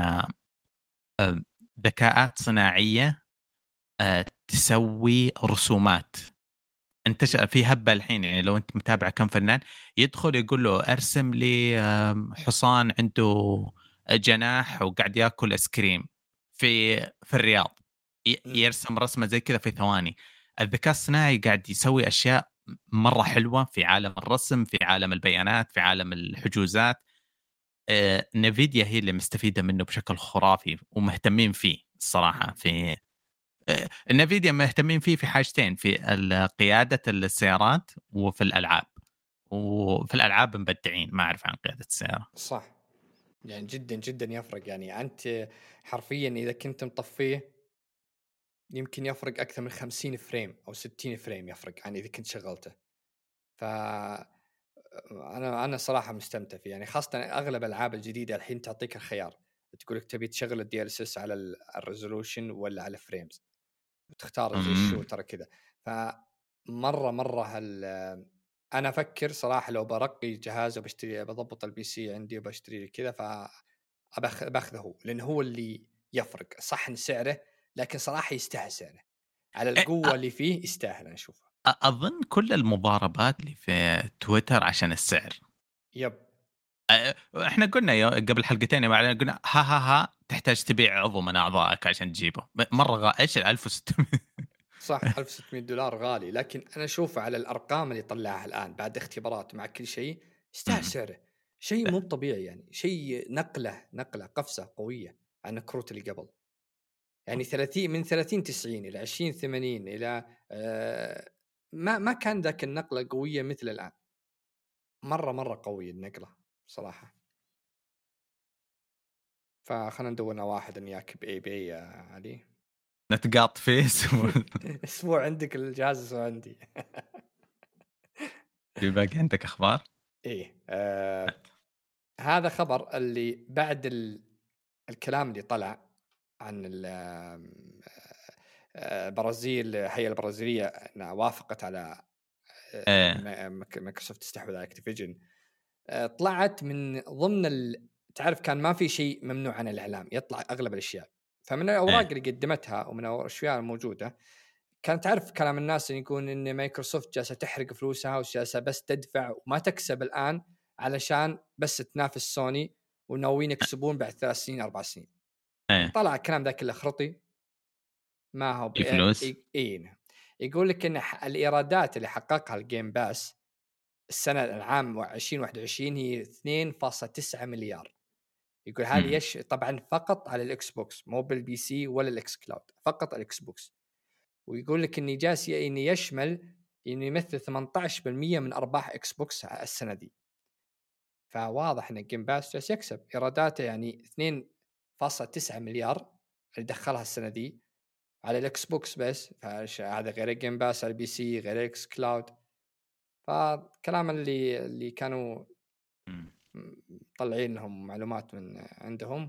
آآ ذكاءات صناعية آآ تسوي رسومات. انتشر في هبة الحين، يعني لو أنت متابع كم فنان يدخل يقول له ارسم لي آمم حصان عنده جناح وقاعد ياكل آيس كريم في في الرياض، ي مم. يرسم رسمة زي كذا في ثواني. الذكاء الصناعي قاعد يسوي أشياء مرة حلوة في عالم الرسم، في عالم البيانات، في عالم الحجوزات. آآ نفيديا هي اللي مستفيدة منه بشكل خرافي ومهتمين فيه الصراحة. مم. في آآ NVIDIA مهتمين فيه في حاجتين، في ال قيادة السيارات وفي الألعاب. وفي الألعاب مبدعين، ما أعرف عن قيادة السيارة. صح. يعني جدا جدا يفرق يعني أنت حرفيا إذا كنت مطفيه يمكن يفرق أكثر من خمسين فريم أو ستين فريم يفرق عن إذا كنت شغلته. ف أنا أنا صراحة مستمتع فيه يعني خاصةً أغلب الألعاب الجديدة الحين تعطيك الخيار، تقول لك تبي تشغل الدي ال اس اس على ال الresolution والّا على الframes وتختار زي إمم. الshooter كذا. فمرة مرة هال أنا أفكر صراحة لو بارقي جهاز وباشتري باضبط البي سي عندي وباشتري لي كذا ف أباخ باخذه هو، لأن هو اللي يفرق، صح إن سعره لكن صراحة يستاهل سعره، على أ القوة أ اللي فيه يستاهل أنا أشوفه. أظن كل المضاربات اللي في تويتر عشان السعر. يب أ إحنا قلنا يو قبل حلقتين بعدين قلنا ها، ها، ها تحتاج تبيع عضو من أعضائك عشان تجيبه، م مرة غا إيش الألف وستمية صح. ألف وستمية دولار غالي، لكن أنا أشوفه على الأرقام اللي طلعها الآن بعد اختبارات مع كل شيء يستاهل إمم، سعره. شيء مو طبيعي يعني، شيء نقلة نقلة قفزة قوية عن الكروت اللي قبل. يعني ثلاثين من ثلاثين تسعين إلى عشرين ثمانين إلى آآ ما ما كان ذاك النقلة قوية مثل الآن. مرة مرة قوية النقلة صراحة. فخلنا ندور لنا واحد نياك بإي باي يا علي. نتقاط فيس و أسبوع عندك الجهاز، أسبوع عندي. في باقي عندك أخبار؟ إيه آآ هذا خبر اللي بعد ال الكلام اللي طلع عن ال آمم آآ البرازيل، الهيئة البرازيلية أنها وافقت على آآ إيه، إن مايك مايكروسوفت تستحوذ على أكتيفيجن. آآ طلعت من ضمن ال تعرف كان ما في شيء ممنوع عن الإعلام، يطلع أغلب الأشياء. فمن الأوراق إيه، اللي قدمتها ومن الأشياء الموجودة، كان تعرف كلام الناس اللي يقول إن مايكروسوفت جالسة تحرق فلوسها وجالسة بس تدفع وما تكسب الآن علشان بس تنافس سوني، وناويين يكسبون بعد ثلاث سنين أربع سنين. إيه، طلع الكلام ذا كله خرطي، ما هو ب في فلوس؟ إي إي يقول لك إن ح الإيرادات اللي حققها الجيم باس السنة العام ألفين وواحد وعشرين هي اثنين فاصلة تسعة مليار. يقول هذه إمم، يش طبعًا فقط على الإكس بوكس، مو بالبي سي ولا الإكس كلاود، فقط الإكس بوكس. ويقول لك إنه جالس ي إنه يشمل إنه يمثل ثمانية عشر بالمئة من أرباح إكس بوكس ع السنة دي. فواضح إن الجيم باس جالس يكسب، إيراداته يعني اثنين فاصلة تسعة مليار اللي دخلها السنة دي على الإكس بوكس بس. فش هذا غير الجيم باس على البي سي غير الإكس كلاود. فكلام اللي اللي كانوا إمم. م مطلعين لهم معلومات من عندهم.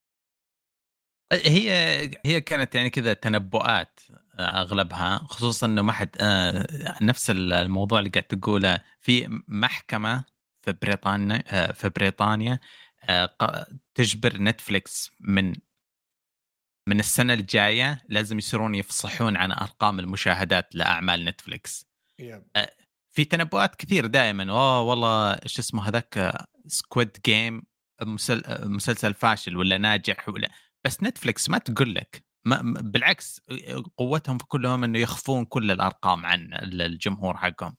هي هي كانت يعني كذا تنبؤات أغلبها، خصوصًا إنه ما حد آآ نفس ال الموضوع اللي قاعد تقوله، في محكمة في بريطانيا آآ في بريطانيا آآ ق تجبر نتفليكس من من السنة الجاية لازم يصيرون يفصحون عن أرقام المشاهدات لأعمال نتفليكس. يب أ في تنبؤات كثير دائمًا، أوه والله إيش اسمه هذاك Squid Game مسل مسلسل فاشل والّا ناجح والّا بس نتفليكس ما تقول لك، ما م بالعكس أ قوتهم في كلهم إنه يخفون كل الأرقام عن ال الجمهور حقهم.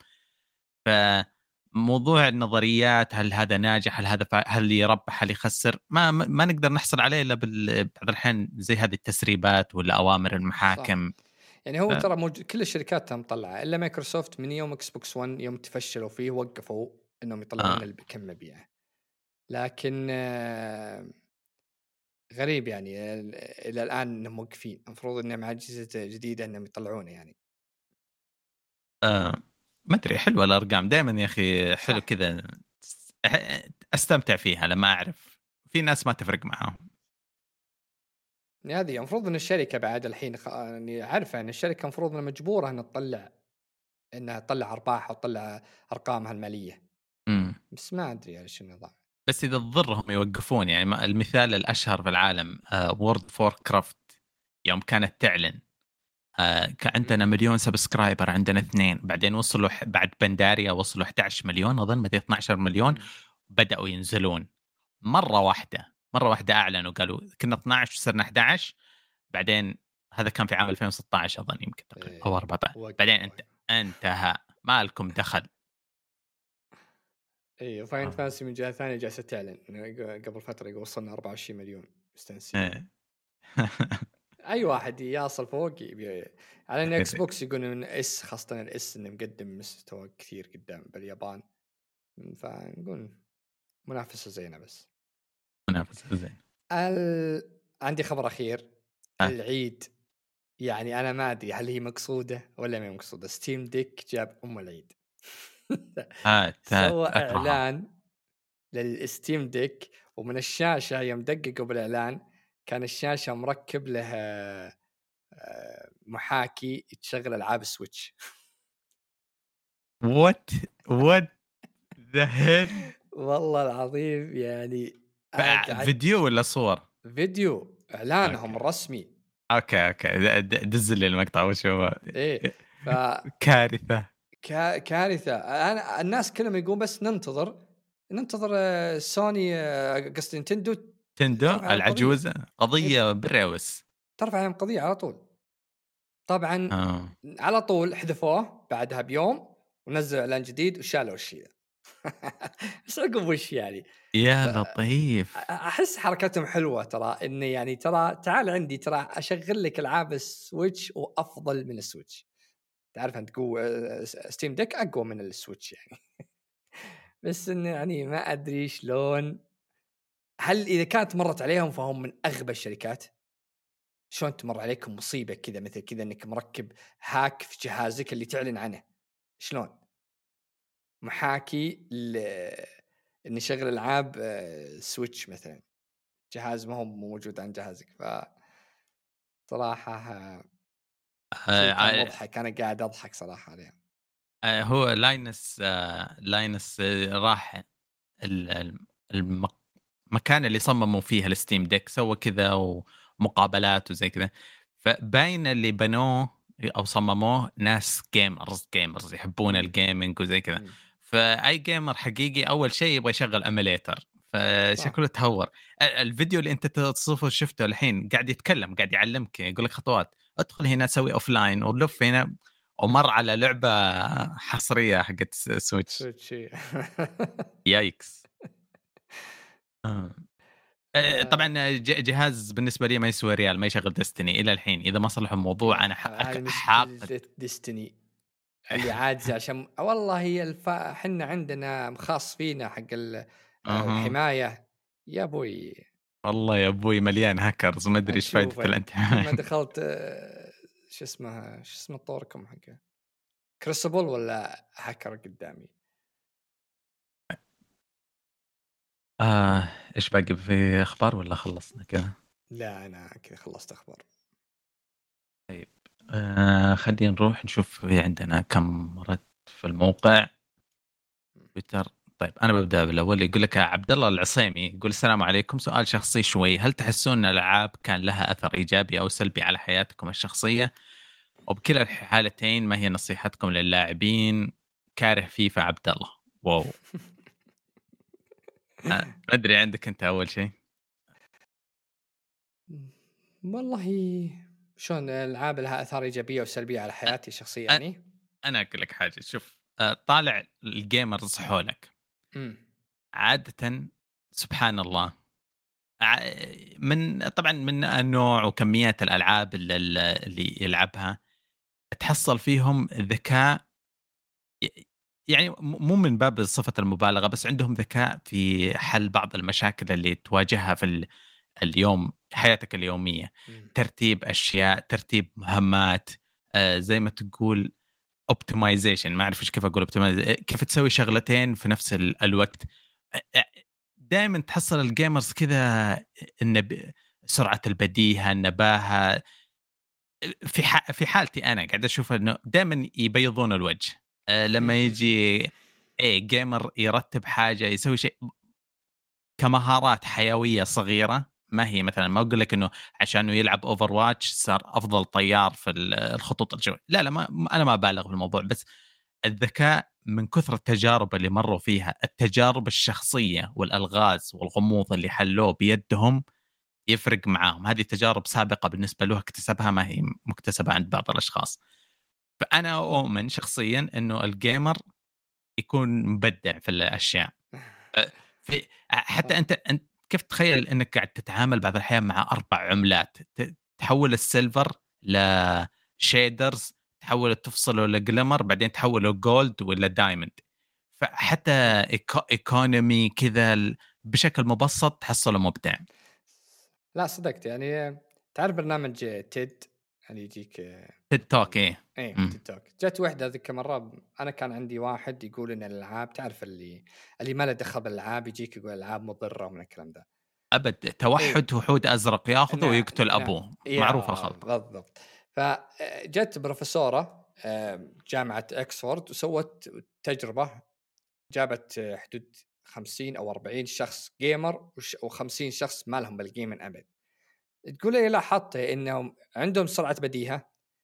فموضوع النظريات هل هذا ناجح، هل هذا ف هل يربح، هل يخسر، ما ما ما نقدر نحصل عليه إلا بال بعض الأحيان زي هذه التسريبات والّا أوامر صح. المحاكم. يعني هو ف ترى موج كل الشركات ترى مطلعة إلا مايكروسوفت من يوم إكس بوكس ون يوم تفشلوا فيه وقفوا إنهم يطلعون آه. ال كم مبيعه. لكن آه، غريب يعني ال إلى الآن إنهم موقفين، المفروض إنه مع أجهزة جديدة إنهم يطلعونه يعني. آه، ما أدري حلوة الأرقام دائمًا يا أخي حلو صح. كذا أح أستمتع فيها لمّا أعرف، في ناس ما تفرق معاهم. يعني هذه المفروض إن الشركة بعد الحين خ يعني عارفة إن الشركة المفروض إنها مجبورة إنها تطلع إنها تطلع أرباح وتطلع أرقامها المالية. إمم، بس ما أدري إيش النظام. بس إذا تضرهم يوقفون يعني ما المثال الأشهر في العالم آآ World of Warcraft يوم كانت تعلن آآ ك عندنا إمم. مليون سبسكرايبر عندنا اثنين بعدين وصلوا ح بعد بنداريا وصلوا إحدى عشر مليون أظن مدري اثنا عشر مليون إمم. بدأوا ينزلون مرة واحدة، مرة واحدة أعلنوا قالوا كنا اثنا عشر وصرنا إحدى عشر بعدين هذا كان في عام ألفين وستة عشر أظن يمكن تقريبًا أو إيه أربعة عشر بعدين وقفوا. انت انتهى ما لكم دخل. إيه وفاينل آه. فانتسي من جهة ثانية جالسة تعلن إنه ق قبل فترة يقول وصلنا أربعة وعشرين مليون مستانسين. إيه. أي واحد ياصل فوق يبي على إن إكس بوكس يقولون إن إس خاصة الإس إنه مقدم مستوى كثير قدام باليابان. فنقول منافسة زينة بس. منافسة زين. ال... عندي خبر أخير. آه. العيد يعني أنا ما أدري هل هي مقصودة ولا ما هي مقصودة. ستيم ديك جاب أم العيد. آه ت سوى أكرهها. إعلان للستيم ديك، ومن الشاشة يوم دققوا بالإعلان كان الشاشة مركب لها آه، محاكي تشغل ألعاب سويتش. what what the hell والله العظيم يعني ف أنا قعدت فيديو والّا صور؟ فيديو إعلانهم أوكي. الرسمي. أوكي، أوكي د د دز لي المقطع وش هو؟ إيه ف كارثة. كا- كارثه. انا الناس كلهم يقولون بس ننتظر ننتظر آه، سوني، آه، قصدي نينتندو تندو ترفع عليهم قضيه. العجوزة إيه، قضية بالريوس. ترفع عليهم قضيه على طول. طبعا آه. على طول حذفوه بعدها بيوم ونزلوا اعلان جديد وشالوا الشيء ذا. بس عقب وش يعني؟ يا ف- لطيف. احس حركتهم حلوه ترى، اني يعني ترى تعال عندي ترى اشغل لك العاب السويتش وافضل من السويتش. تعرف انت قوه ستيم ديك اقوى من السويتش يعني. بس انه يعني ما ادري شلون. هل اذا كانت مرت عليهم فهم من اغبى الشركات؟ شلون تمر عليكم مصيبه كذا مثل كذا انك مركب هاك في جهازك اللي تعلن عنه؟ شلون محاكي ل اني شغل العاب آه، سويتش مثلا، جهاز ما هو موجود عند جهازك؟ ف صراحه آه، شيء كان آه، مضحك، انا قاعد اضحك صراحه عليه. آه، هو لاينس آه، لاينس آه، راح ال- الم- المك- المكان اللي صمموا فيها الستيم ديك سوى كذا ومقابلات وزي كذا. فباين اللي بنوه او صمموه ناس جيمرز جيمرز يحبون مم. الجيمنج وزي كذا. مم. فاي جيمر حقيقي اول شيء يبغى يشغل اميليتر، صح. فشكله تهور. ال- الفيديو اللي انت تصفه شفته الحين قاعد يتكلم، قاعد يعلمك، يقول لك خطوات، ادخل هنا سوي اوف لاين ولف هنا، ومر على لعبه حصريه حقت سويتش. سويتش. يايكس. آه. آه، آه، طبعا ج- جهاز بالنسبه لي ما يسوى ريال، ما يشغل دستني الى الحين. اذا ما صلحوا الموضوع انا ح- هذه أك- مشكلة حاقد. ديستني اللي عاجزة عشان والله هي الف... حنا عندنا خاص فينا حق ال- اها. الحماية يا ابوي. والله يا ابوي مليان هاكرز، ما ادري ايش فائده هتشوف انت كل ما الانتماء. دخلت آه، شو اسمها شو اسمه طوركم حقه كريسبل ولا هاكر قدامي. آه، ايش باقي في اخبار ولا خلصنا كذا؟ لا انا كذا خلصت اخبار. طيب. آه خلينا نروح نشوف في عندنا كم رد في الموقع تويتر. طيب انا ببدا بالاول. يقول لك عبد الله العصيمي، يقول السلام عليكم، سؤال شخصي شوي، هل تحسون ان الالعاب كان لها اثر ايجابي او سلبي على حياتكم الشخصيه؟ وبكلا الحالتين ما هي نصيحتكم للاعبين؟ كاره فيفا عبد الله. واو. آه، ما ادري عندك انت اول شيء. والله شلون الالعاب لها اثار ايجابيه وسلبيه على أ- حياتي الشخصيه أ- يعني؟ انا اقول لك حاجه، شوف، آه، طالع الجيمرز حولك امم عاده، سبحان الله، ع- من طبعا من النوع وكميات الالعاب اللي, اللي يلعبها، تحصل فيهم ذكاء، ي- يعني م- مو من باب صفة المبالغة، بس عندهم ذكاء في حل بعض المشاكل اللي تواجهها في ال- اليوم، حياتك اليومية. امم ترتيب أشياء، ترتيب مهمات، آه، زي ما تقول اوبتمايزيشن، ما اعرف ايش كيف اقول اوبتمايزيشن، كيف تسوي شغلتين في نفس ال- الوقت. دائما تحصل الجيمرز كذا، النب... سرعة البديهة، النباهة. في ح... في حالتي انا قاعد اشوف انه دائما يبيضون الوجه. أه لما يجي ايه جيمر يرتب حاجه، يسوي شيء كمهارات حيويه صغيره، ما هي مثلا، ما اقول لك انه عشانه يلعب اوفر واتش صار افضل طيار في ال- الخطوط الجويه، لا لا، ما انا ما بالغ في الموضوع، بس الذكاء من كثر التجارب اللي مروا فيها، التجارب الشخصيه والالغاز والغموض اللي حلوه بيدهم يفرق معاهم. هذه تجارب سابقة بالنسبة له اكتسبها، ما هي مكتسبة عند بعض الأشخاص. فأنا أؤمن شخصيا أنه الجيمر يكون مبدع في الأشياء. أه، في حتى أنت أنت كيف تخيل أنك قاعد تتعامل بعض الأحيان مع أربع عملات، ت- تحول السيلفر لشيدرز، تحول تفصله لجلمر، بعدين تحوله جولد ولا دايموند. فحتى إيكو ايكونومي كذا ال- بشكل مبسط تحصله مبدع. لا صدقت يعني. تعرف برنامج تيد اللي يجيك تيد توك، ايه. ايه مم. تيك توك؟ جت وحده ذيك مره، انا كان عندي واحد يقول ان الالعاب، تعرف اللي اللي ما له دخل بالالعاب يجيك يقول الالعاب مضره ومن الكلام ده. ابد، ايه توحد وحود ازرق ياخذه نعم ويقتل نعم ابوه، معروفه يا الخلطه. بالضبط. فجت بروفيسوره آه، جامعه اكسفورد وسوت تجربه، جابت آه، حدود خمسين او أربعين شخص جيمر و50 شخص ما لهم بالجيمن ابد. تقول لي لاحظت انهم عندهم سرعه بديهه،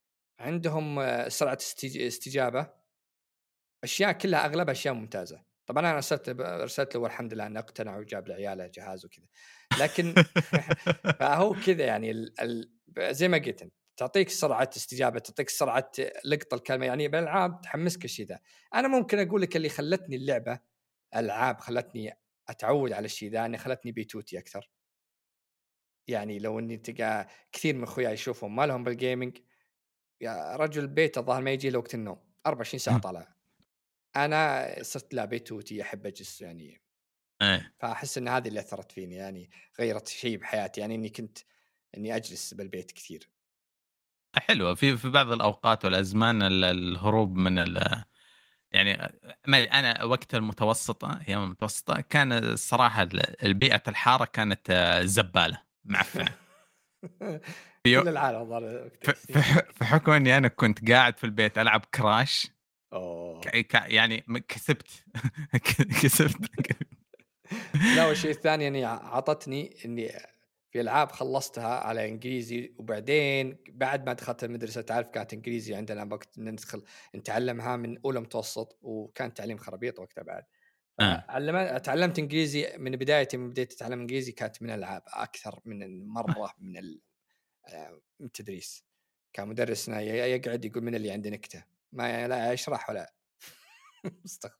عندهم آه، سرعه استج- استجابه، اشياء كلها اغلبها اشياء ممتازه. طبعا انا ارسلت ارسلت له والحمد لله انه اقتنع وجاب لعياله جهاز وكذا، لكن فهو كذا يعني ال... ال... زي ما قلت انت، تعطيك سرعه استجابه، تعطيك سرعه لقط الكلمه، يعني بالالعاب تحمسك الشيء ذا. انا ممكن اقول لك اللي خلتني اللعبه العاب خلتني اتعود على الشيء ذا، اني خلتني بيتوتي اكثر. يعني لو اني تلقى كثير من اخوياي يشوفهم ما لهم بالجيمنج، يا رجل بيت الظاهر ما يجي له وقت النوم، أربعة وعشرين ساعه طالع. انا صرت لا بيتوتي، احب اجلس يعني. إيه. فاحس ان هذه اللي اثرت فيني، يعني غيرت شيء بحياتي، يعني اني كنت اني اجلس بالبيت كثير. حلوة في في بعض الأوقات والأزمان ال الهروب من ال يعني ما أنا وقت المتوسطة، أيام المتوسطة كان الصراحة ال البيئة الحارة كانت آه، زبالة، معفنة. في يو كل العالم الظاهر ف وقتها في ستيم ح ديك. في حكم إني أنا كنت قاعد في البيت ألعب كراش ك اوه. ك يعني م كسبت ك كسبت لا، والشيء الثاني اني عطتني اني في العاب خلصتها على انجليزي، وبعدين بعد ما دخلت المدرسه تعرف كانت انجليزي عندنا وقت ندخل نتعلمها من اولى متوسط، وكان تعليم خرابيط وقتها بعد. آه. فعلم تعلمت انجليزي من بدايتي، من بديت اتعلم انجليزي كانت من الالعاب اكثر من مره من ال- آه، من التدريس. كان مدرسنا ي- يقعد يقول من اللي عنده نكته، ما لا يشرح ولا استغفر.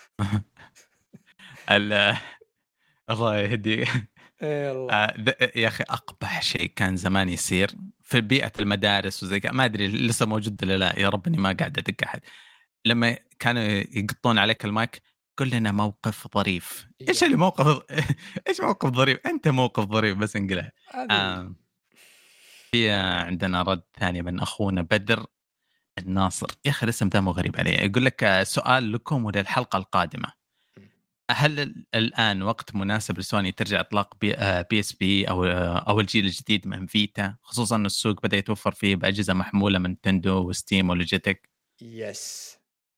ال الله يهديك. اي والله. آه، ذ- يا اخي اقبح شيء كان زمان يصير في بيئه المدارس وزي كذا، ما ادري لسه موجود ولا لا، يا رب اني ما قاعد ادق احد. لما كانوا يقطون عليك المايك، قل لنا موقف ظريف. ايش اللي يا موقف ايش موقف ظريف؟ انت موقف ظريف بس انقلع. هذه. آه. في آه، عندنا رد ثاني من اخونا بدر الناصر، يا اخي الاسم ده مو غريب علي. يقول لك آه، سؤال لكم وللحلقه القادمه: هل ال- الآن وقت مناسب لسوني ترجع إطلاق بي, آه بي اس بي أو آه أو الجيل الجديد من فيتا، خصوصا أن السوق بدأ يتوفر فيه بأجهزة محمولة من تندو وستيم ولوجيتك؟ يس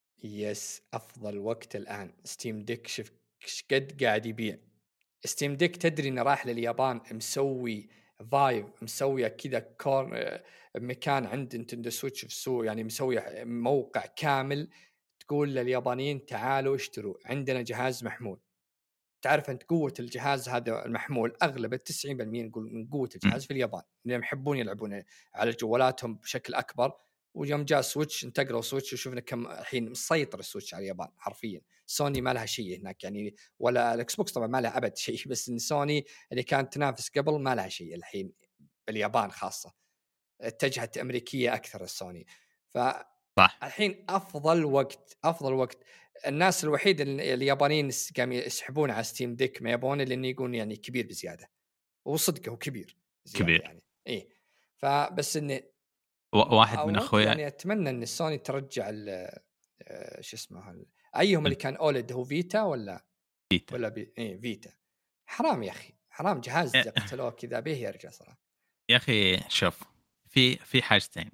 يس افضل وقت الان. ستيم ديك شوف ايش قد قاعد يبيع. ستيم ديك تدري انه راح لليابان، مسوي فايف، مسوي كذا كور مكان عند نتندو سويتش في السوق، يعني مسوي موقع كامل تقول لليابانيين تعالوا اشتروا عندنا جهاز محمول. تعرف أنت قوة الجهاز هذا المحمول، أغلب تسعين بالمئة نقول من قوة مم. الجهاز في اليابان، لأنهم يحبون يلعبون على جوالاتهم بشكل أكبر. ويوم جاء سويتش انتقلوا سويتش، وشفنا كم الحين مسيطر السويتش على اليابان حرفيا. سوني ما لها شيء هناك يعني، ولا الاكس بوكس طبعا ما لها ابد شيء، بس ان سوني اللي كانت تنافس قبل ما لها شيء الحين باليابان خاصة. اتجهت امريكيه اكثر السوني. صح. فالحين افضل وقت، افضل وقت. الناس الوحيد ال- اليابانيين س- قاموا يسحبون على ستيم ديك ما يبونه، لانه يقول يعني كبير بزياده. وصدقه هو كبير زياده كبير. يعني. ايه. فبس انه و- واحد من أود أخويا. يعني اتمنى ان سوني ترجع ال- آه، شو اسمه ال- ايهم اللي مم. كان اولد، هو فيتا ولا فيتا. ولا بي... ايه فيتا. حرام يا اخي، حرام جهاز يا قتلوه كذا به يرجع صراحه. يا أخي شوف، في في حاجتين: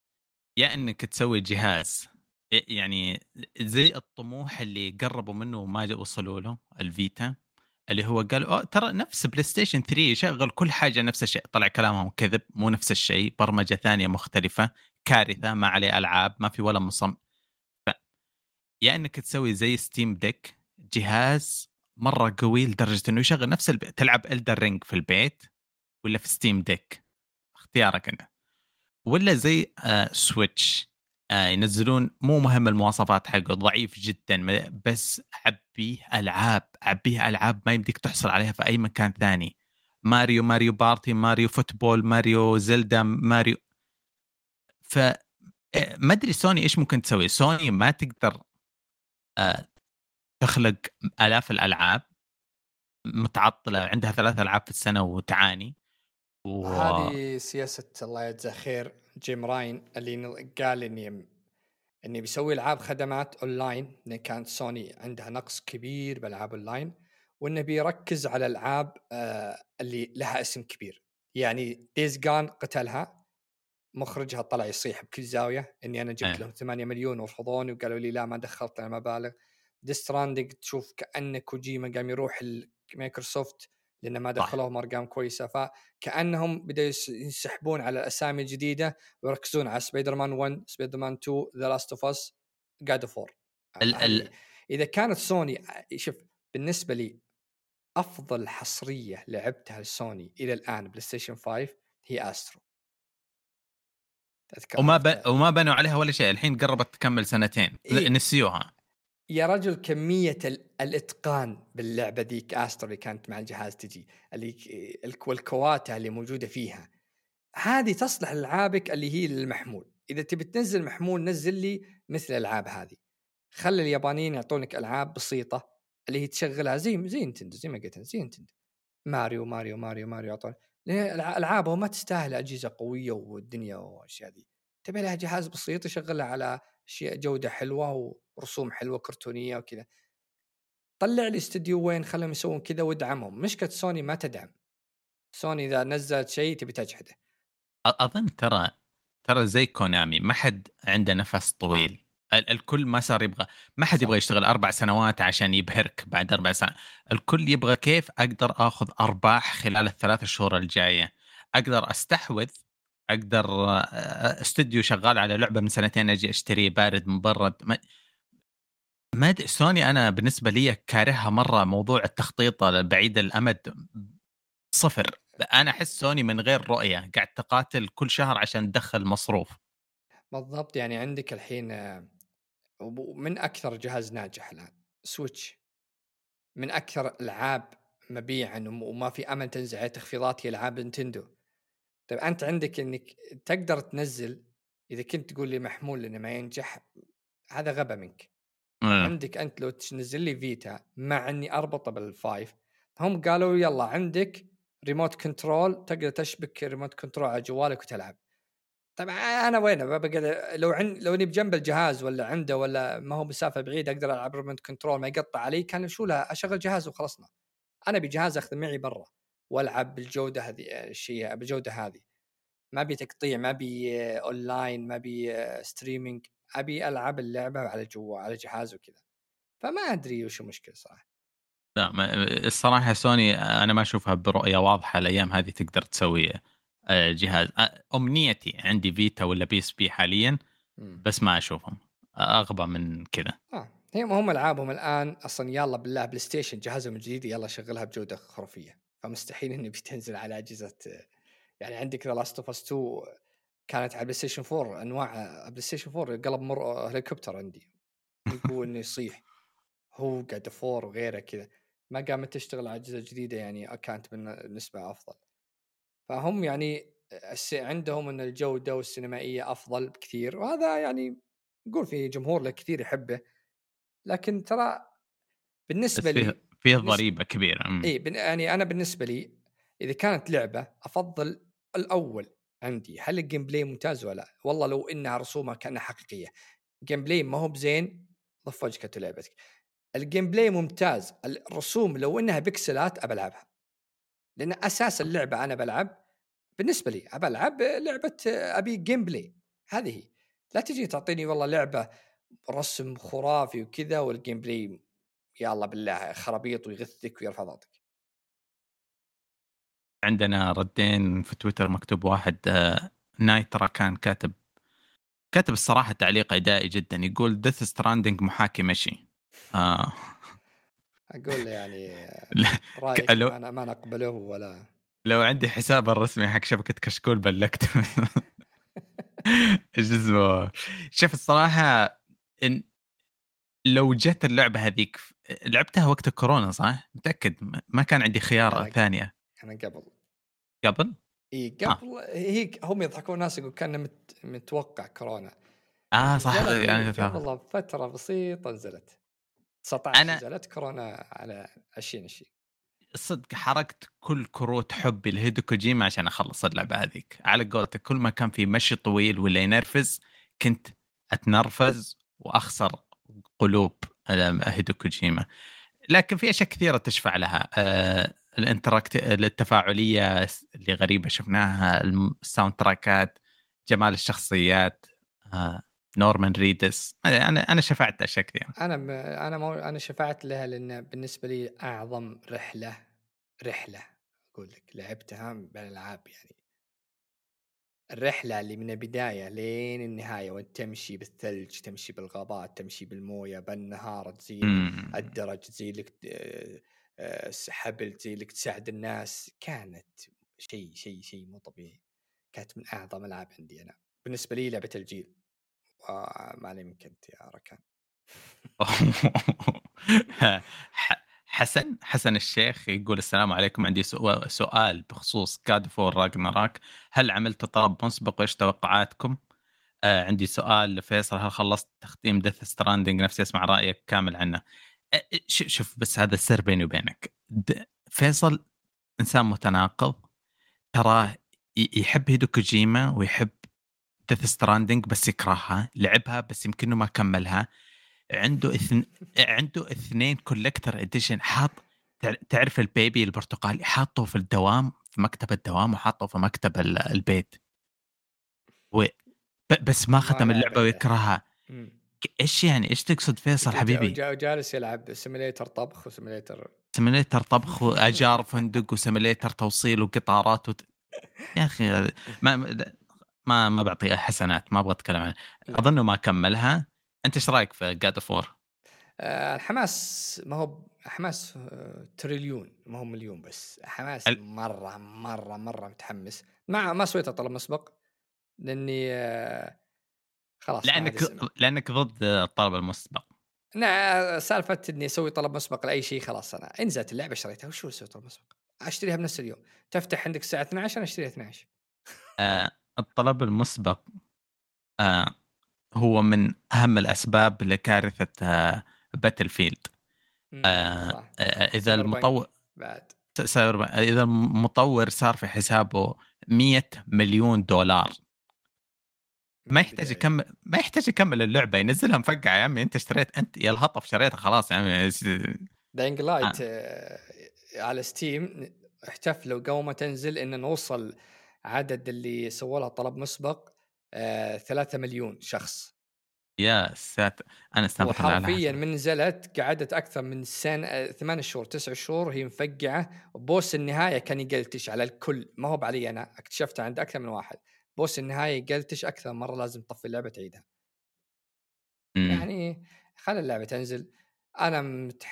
يا انك تسوي جهاز ي- يعني زي الطموح اللي قربوا منه وما جا- وصلوا له الفيتا، اللي هو قال أوه ترى نفس بلاي ستيشن ثري يشغل كل حاجه نفس الشيء، طلع كلامهم كذب، مو نفس الشيء، برمجه ثانيه مختلفه، كارثه، ما عليه العاب، ما في ولا مصمم. ف... يا انك تسوي زي ستيم ديك، جهاز مره قوي لدرجه انه يشغل نفس الب... تلعب الدر رينج في البيت، ولا في ستيم ديك، اختيارك انت. ولا زي آه سويتش، آه ينزلون مو مهم المواصفات حقه، ضعيف جدا، م- بس عبيه العاب، عبيه العاب ما يمديك تحصل عليها في اي مكان ثاني. ماريو، ماريو بارتي، ماريو فوتبول، ماريو زلدا، ماريو. ف آه، ما ادري سوني ايش ممكن تسوي. سوني ما تقدر آه تخلق الاف الالعاب، متعطله، عندها ثلاث العاب في السنه وتعاني. و هذه سياسة الله يجزاه خير جيم راين، اللي ن- قال اني اني بيسوي العاب خدمات اونلاين، لان كانت سوني عندها نقص كبير بالالعاب اونلاين، وانه بيركز على الالعاب آه اللي لها اسم كبير. يعني ديز جان قتلها، مخرجها طلع يصيح بكل زاويه اني انا جبت آه. لهم ثمانية مليون ورفضوني وقالوا لي لا ما دخلت انا مبالغ. ديستراندنج تشوف كانه كوجيما قام يروح ال- مايكروسوفت لان ما صح. دخلوهم ارقام كويسه، فكانهم بدأوا يس- ينسحبون على الاسامي الجديده ويركزون على سبايدر مان واحد، سبايدر مان اثنين، ذا لاست اوف اس، جاد اوف وور. ال هذه ال اذا كانت سوني، شوف بالنسبه لي افضل حصريه لعبتها لسوني الى الان بلاي ستيشن خمسة هي استرو. تذكر وما ب... عرفتها؟ وما بنوا عليها ولا شيء، الحين قربت تكمل سنتين إيه؟ نسيوها. يا رجل كمية ال- الإتقان باللعبة ذيك أسترو اللي كانت مع الجهاز تجي، اللي ك- والكواتا اللي موجودة فيها، هذه تصلح لألعابك اللي هي للمحمول. إذا تبي تنزل محمول نزل لي مثل الألعاب هذه. خلي اليابانيين يعطونك ألعاب بسيطة اللي هي تشغلها زي زي نتندو، زي ما قلت زي نتندو، ماريو ماريو ماريو ماريو يعطون. لأن الع- ألعابهم ما تستاهل أجهزة قوية والدنيا والأشياء ذي، تبي لها جهاز بسيط يشغلها على شيء جودة حلوة ورسوم حلوة كرتونية وكذا. طلع لي استديو وين خلهم يسوون كذا وادعمهم. مشكلة سوني ما تدعم. سوني إذا نزلت شيء تبي تجحده. أ- اظن ترى ترى زي كونامي، ما حد عنده نفس طويل. ال- الكل ما صار يبغى، ما حد صح. يبغى يشتغل اربع سنوات عشان يبهرك بعد اربع سنوات. الكل يبغى كيف اقدر اخذ ارباح خلال الثلاث شهور الجايه، اقدر استحوذ، اقدر آه، استوديو شغال على لعبه من سنتين اجي اشتريه بارد مبرد. ما ما أدري، سوني انا بالنسبه لي كارهها مره، موضوع التخطيط بعيد الامد صفر. انا احس سوني من غير رؤيه قاعد تقاتل كل شهر عشان تدخل مصروف. بالضبط. يعني عندك الحين آه، وب- من أكثر جهاز ناجح الآن سويتش، من أكثر الألعاب مبيعا وم- وما في أمل تنزل عليه تخفيضات هي ألعاب نينتندو. طيب أنت عندك إنك تقدر تنزل، إذا كنت تقول لي محمول لأنه ما ينجح، هذا غبا منك. أه. عندك أنت لو تنزل لي فيتا مع إني أربطه بالفايف، هم قالوا يلا عندك ريموت كنترول تقدر تشبك ريموت كنترول على جوالك وتلعب. طبعا انا وين بقى لو عن لو اني بجنب الجهاز ولا عنده ولا ما هو مسافه بعيده اقدر العب ريموت كنترول ما يقطع علي، كان شو لا اشغل جهاز وخلصنا. انا بجهاز اخذ معي برا والعب بالجوده هذه الشيء بالجوده هذه، ما بي تقطيع، ما بي اونلاين، ما بي ستريمينج، ابي العب اللعبه على جوال على جهاز وكذا. فما ادري وش المشكله صراحه. لا ما الصراحه سوني انا ما اشوفها برؤيه واضحه الايام هذه تقدر تسوي آه، جهاز. آه، امنيتي عندي فيتا ولا بي اس بي حاليا، مم. بس ما اشوفهم اغبى من كذا. اه هم هم العابهم الان اصلا يلا بالله بلاي ستيشن جهازهم الجديد يلا شغلها بجوده خرافيه، فمستحيل انه بتنزل على اجهزه. يعني عندك ذا لاست اوف اس اثنين كانت على بلاي ستيشن فور، انواع بلاي ستيشن فور قلب مر هليكوبتر عندي يقول انه يصيح. هو قاعد فور وغيره كذا ما قامت تشتغل على اجهزه جديده يعني كانت بالنسبه افضل. فهم يعني الس- عندهم ان الجوده والسينمائيه افضل بكثير، وهذا يعني نقول في جمهور له كثير يحبه. لكن ترى بس بالنسبه فيه لي فيه بالنسبه ضريبه كبيره. أمم. اي بن... يعني انا بالنسبه لي اذا كانت لعبه افضل الاول عندي هل الجيم بلاي ممتاز ولا لا. والله لو انها رسومها كانها حقيقيه، جيم بلاي ما هو بزين ضف وجهك لعبتك. الجيم بلاي ممتاز، الرسوم لو انها بكسلات ابى العبها، لان اساس اللعبه انا بلعب بالنسبه لي ابى العب لعبه ابي جيم بلاي. هذه هي. لا تجي تعطيني والله لعبه رسم خرافي وكذا والجيم بلاي يا الله بالله خرابيط ويغثك ويرفع ضغطك. عندنا ردين في تويتر مكتوب واحد آه، نايترا كان كاتب كاتب الصراحه تعليق ادائي جدا، يقول ديث ستراندنج محاكي مشي. آه. اقول له يعني ك- رايك لو ما أنا ما نقبله ولا. لو عندي حساب الرسمي حق شبكه كشكول بلكت. ايش اسمه. شوف الصراحه إن لو جت اللعبه هذيك لعبتها وقت الكورونا صح؟ متاكد ما كان عندي خيار انا ثانيه انا قبل. قبل. اي اه قبل هي هم يضحكون الناس يقول كان مت متوقع كورونا. اه صح نزلت اي يعني. قبل فتره بسيطه نزلت تسعة عشر انا نزلت كورونا على عشرين عشرين. صدق حركت كل كروت حبي لهيدو كوجيما عشان اخلص اللعبه هذيك. على قولتك كل ما كان في مشي طويل ولا ينرفز كنت اتنرفز واخسر قلوب هيدو كوجيما. لكن في اشياء كثيره تشفع لها. آه الانتراكت التفاعليه اللي غريبه شفناها، الساوند تراكات، جمال الشخصيات، آه نورمان ريدس. انا انا شفعت اشياء كثيره. انا م... انا مو... انا شفعت لها لان بالنسبه لي اعظم رحله رحله أقول لك لعبتها بالألعاب يعني الرحلة اللي من البداية لين النهاية وأنت تمشي بالثلج تمشي بالغابات تمشي بالموية بالنهار تزيل إمم. الدرج تزيل لك آه، آه، حبل تزيل لك تساعد الناس كانت شيء شيء شيء مو طبيعي كانت من أعظم الألعاب عندي أنا بالنسبة لي لعبة الجيل وما علي منك أنت يا ركان ح حسن حسن الشيخ يقول السلام عليكم، عندي سؤ سؤال بخصوص God of War Ragnarok، هل عملتوا طلب مسبق وإيش توقعاتكم؟ آآ عندي سؤال لفيصل، هل خلصت تختيم Death Stranding؟ نفسي أسمع رأيك كامل عنه. أ أ ش شوف بس هذا السر بيني وبينك، د فيصل إنسان متناقض، تراه ي يحب هيدو كوجيما ويحب Death Stranding بس يكرهها، لعبها بس يمكنه ما كمّلها. عنده اثن عنده اثنين collector edition حاط، تع تعرف البيبي البرتقالي حاطّه في الدوام في مكتب الدوام وحاطّه في مكتب ال البيت، و ب بس ما ما ختم لعب اللعبة إلا ويكرهها. إمم. ك إيش يعني، إيش تقصد فيصل وج حبيبي؟ وج وجالس يلعب simulator طبخ وsimulator simulator طبخ وآجار فندق وsimulator توصيل وقطارات وت يا أخي ما ما ما ما باعطيه حسنات، ما أبغى أتكلم عنه. لا. أظنه ما كمّلها. أنت إيش رأيك في God of War؟ آآ الحماس ما هو حماس آه، تريليون ما هو مليون بس، حماس ال مرّة، مرّة، مرّة متحمس. ما ما سويت طلب مسبق لأني آه، خلاص ما عاد لأنك الزمن. لأنك ضد الطلب المسبق. أنا سالفة إني أسوي طلب مسبق لأي شيء خلاص أنا نزلت اللعبة اشتريتها وشو أسوي طلب مسبق؟ أشتريها بنفس اليوم، تفتح عندك الساعة اثنتي عشرة أنا أشتريها اثنتي عشرة. آآ الطلب المُسبق آآ هو من أهم الأسباب لكارثة Battlefield. إمم، آآ صح، أ إذا Cyberpunk المطو بعد. س سايبر إذا المطوّر صار في حسابه مئة مليون دولار من ما يحتاج البداية. يكمّل ما يحتاج يكمّل اللعبة، ينزّلها مفقعة يا عمي، أنت اشتريت أنت يا الهطف شريتها خلاص يا عمي س Dying آه. Light آآ على Steam احتفلوا قبل ما تنزل إن نوصل عدد اللي سووا لها طلب مسبق آآ ثلاثة مليون شخص، يا ساتر! أنا استغفر الله على وحرفيًا حسب. من نزلت قعدت أكثر من سنة ثمانية شهور تسعة شهور وهي مفقعة، وبوس النهاية كان يقلتش على الكل، ما هو بعلي أنا، اكتشفتها عند أكثر من واحد، بوس النهاية يقلتش أكثر مرة لازم تطفي اللعبة تعيدها. إمم. يعني خلّي اللعبة تنزل، أنا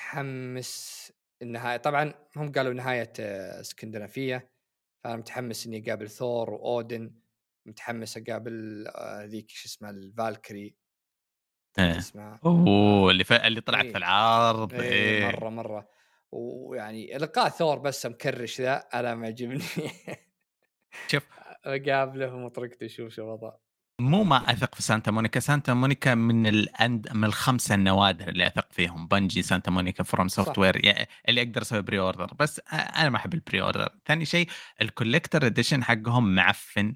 متحمّس النهاية طبعًا هم قالوا نهاية آه، اسكندنافية، فأنا متحمّس إني أقابل ثور وأودن، متحمّس أقابل آآ ذيك شو اسمها الفالكري نسيت إيه. اسمها. أوه! آه، اللي ف اللي طلعت في إيه، العرض، إيه إيه. مرّة، مرّة، ويعني لقاء ثور بس مكرّش ذا أنا معجبني. شوف، أقابله ومطرقته شوف شو الوضع. مو ما أثق في سانتا مونيكا، سانتا مونيكا من الأند من الخمسة النوادر اللي أثق فيهم، بنجي، سانتا مونيكا، فروم سوفت صح، وير، ي اللي أقدر أسوي pre order، بس أ أنا ما أحب الpre order. ثاني شيء الcollector edition حقهم معفن.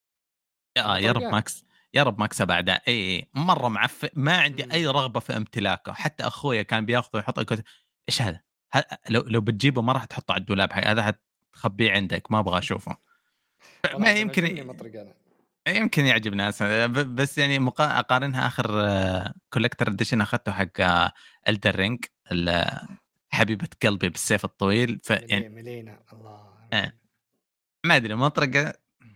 آه، يا رب مطرقان. ماكس يا رب مكسب أعداء، إي، إي، مرة معفن، ما عندي إمم. أي رغبة في امتلاكه، حتى أخويا كان بياخذه ويحطه يقول إيش هذا؟ ه لو لو بتجيبه ما راح تحطه على الدولاب حق هذا، حتخبيه عندك، ما أبغى أشوفه. والله ما عاد يمكن معجبني مطرقان. يمكن يعجب ناس، ب بس يعني مقا أقارنها آخر collector edition أخذته حق Elden Ring، ال حبيبة قلبي بالسيف الطويل، ملي فيعني ملينا الله آه، ملينا. ما أدري مطرقة.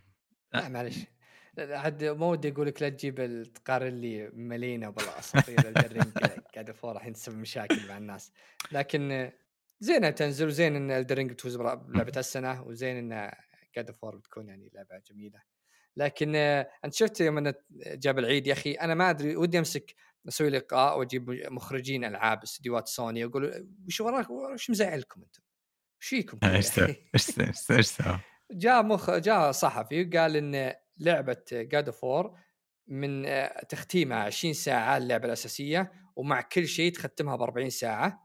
أ لا معليش، لا عاد ما ودي أقول لك لا تجيب ال تقارن لي ملينا بالأساطير الدرينج قاعد فور راح تسبب مشاكل مع الناس، لكن زينة تنزل وزين إن الدرينج بتفوز بلعبة السنة وزين إن قاعد فور بتكون يعني لعبة جميلة. لكن أنت شفت يوم إنه جاب العيد يا أخي أنا ما أدري ودي أمسك أسوي لقاء وأجيب مخرجين ألعاب استديوهات سوني وأقول وش وراك وش مزعلكم أنتم؟ وش فيكم كذا إيش يا سوى؟ أخي؟ إيش سوى؟ إيش سوى؟ جاء مخ جاء صحفي وقال إن لعبة God of War من آه، تختيمها عشرين ساعة اللعبة الأساسية ومع كل شيء تختمها بأربعين ساعة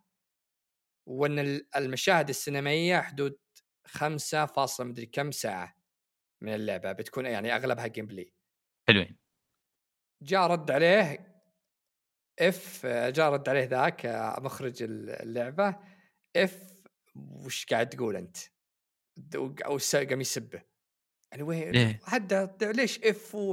وأن ال- المشاهد السينمائية حدود خمسة فاصلة مدري كم ساعة من اللعبة بتكون يعني أغلبها جيم بلاي. حلوين. جاء رد عليه اف جاء رد عليه ذاك آه، مخرج اللعبة اف وش قاعد تقول أنت؟ او قام يسبه يعني وين ليه؟ حد ليش اف و...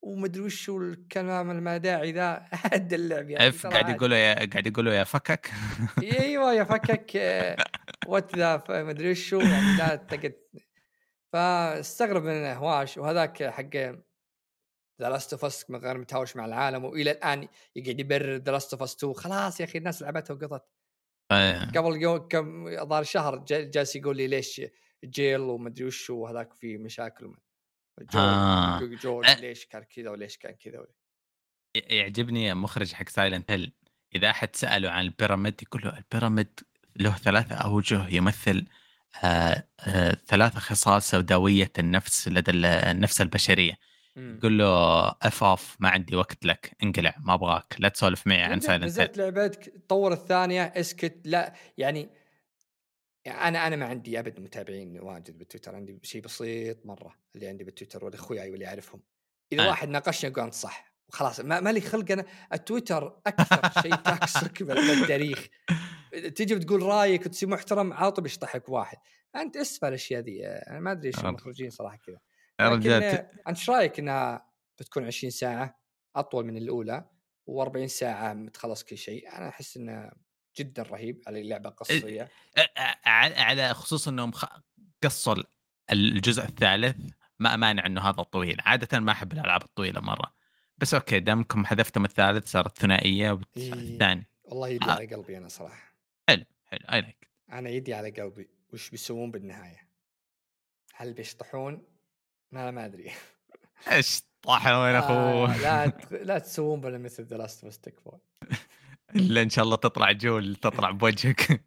ومدري وش الكلام المداعي ذا. هد اللعب يعني اف قاعد يقولوا يا قاعد يقولوا يا فكك. ايوه يا فكك وات ذا مدري وشو يعني لا تقعد. فاستغرب من هواش. وهذاك حق ذا لاست اوف اس من غير متهاوش مع العالم، والى الان يقعد يبرر ذا لاست اوف اس تو. خلاص يا اخي الناس لعبتها وقضت. قبل يوم كم ظهر شهر جالس يقول لي ليش جيل ومدري وشو وهذاك في مشاكل. جول جول ليش كان كذا وليش كان كذا. يعجبني مخرج حق سايلنت هيل إذا أحد سأله عن البيراميد يقول له البيراميد له ثلاثة أوجه يمثل آه آه ثلاثة خصال سوداوية النفس لدى النفس البشرية. يقول له اف اوف ما عندي وقت لك، انقلع ما أبغاك، لا تسولف معي عن سايلنت هيل. نزلت لعبتك طور الثانية اسكت. لا يعني أنا أنا ما عندي أبد متابعين واجد بالتويتر، عندي شيء بسيط مرة اللي عندي بالتويتر والأخويا واللي أعرفهم. إذا آه. واحد ناقشني قلت صح وخلاص ما ما لي خلق. أنا التويتر أكثر شيء تاكسك بالتاريخ. تيجي بتقول رأيك وتصير محترم عاطب يشطحك واحد. أنت أسفل الأشياء ذي. أنا ما أدري إيش المخرجين صراحة كذا. لكن أنت شو رأيك إنها بتكون عشرين ساعة أطول من الأولى وأربعين ساعة متخلص كل شيء؟ أنا أحس إنه جدا رهيب على اللعبة قصية، على خصوص انهم قصوا الجزء الثالث. ما مانع انه هذا طويل، عادة ما احب الالعاب الطويلة مرة، بس اوكي دامكم حذفتم الثالث صارت ثنائية والثاني. والله يدي آه. على قلبي انا صراحة. حلو حلو اي لايك. انا يدي على قلبي. وش بيسوون بالنهاية؟ هل بيشطحون؟ ما ما ادري. ايش طاحوا يا اخو؟ لا لا تسوون بلا مثل ذا لاست اوف اس تكفون. الا ان شاء الله تطلع جول تطلع بوجهك.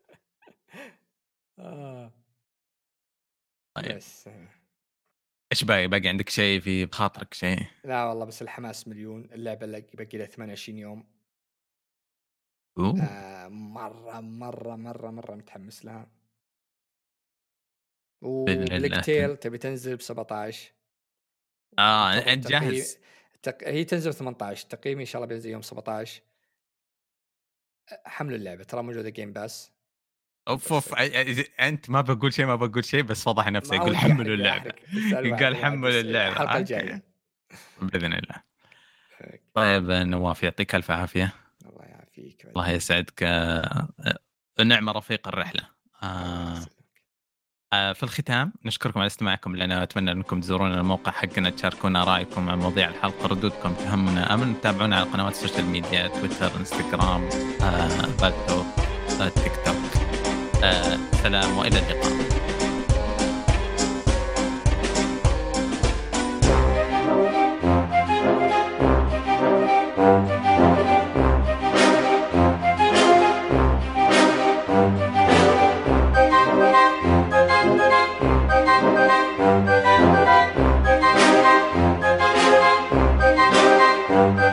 اه بس ايش باقي باقي عندك شيء في بخاطرك شيء؟ لا والله بس الحماس مليون. اللعبة اللي باقي لها ثمانية وعشرين يوم. آه مرة مرة مرة مرة متحمس لها. وبلاك تيل تبي تنزل ب سبعة عشر. اه انت جاهز؟ تق... هي تنزل ثمانية عشر تقييمي ان شاء الله بينزل يوم سبعة عشر. حملوا اللعبة ترى موجودة جيم باس. اوف اوف انت ما بقول شيء ما بقول شيء بس فضح نفسه يقول حملوا اللعبة. قال حملوا اللعبة الحلقة الجاية باذن الله. طيب نواف يعطيك الف عافية. الله يعافيك. الله يسعدك. نعمة رفيق الرحلة. آه آه في الختام نشكركم على استماعكم لنا. أتمنى أنكم تزورون الموقع حقنا تشاركونا رأيكم عن مواضيع الحلقة، ردودكم تهمنا. أمن تتابعونا على قنوات السوشيال ميديا تويتر انستغرام آه بالتوك آه تيك توك. آه سلام وإلى اللقاء. Thank you.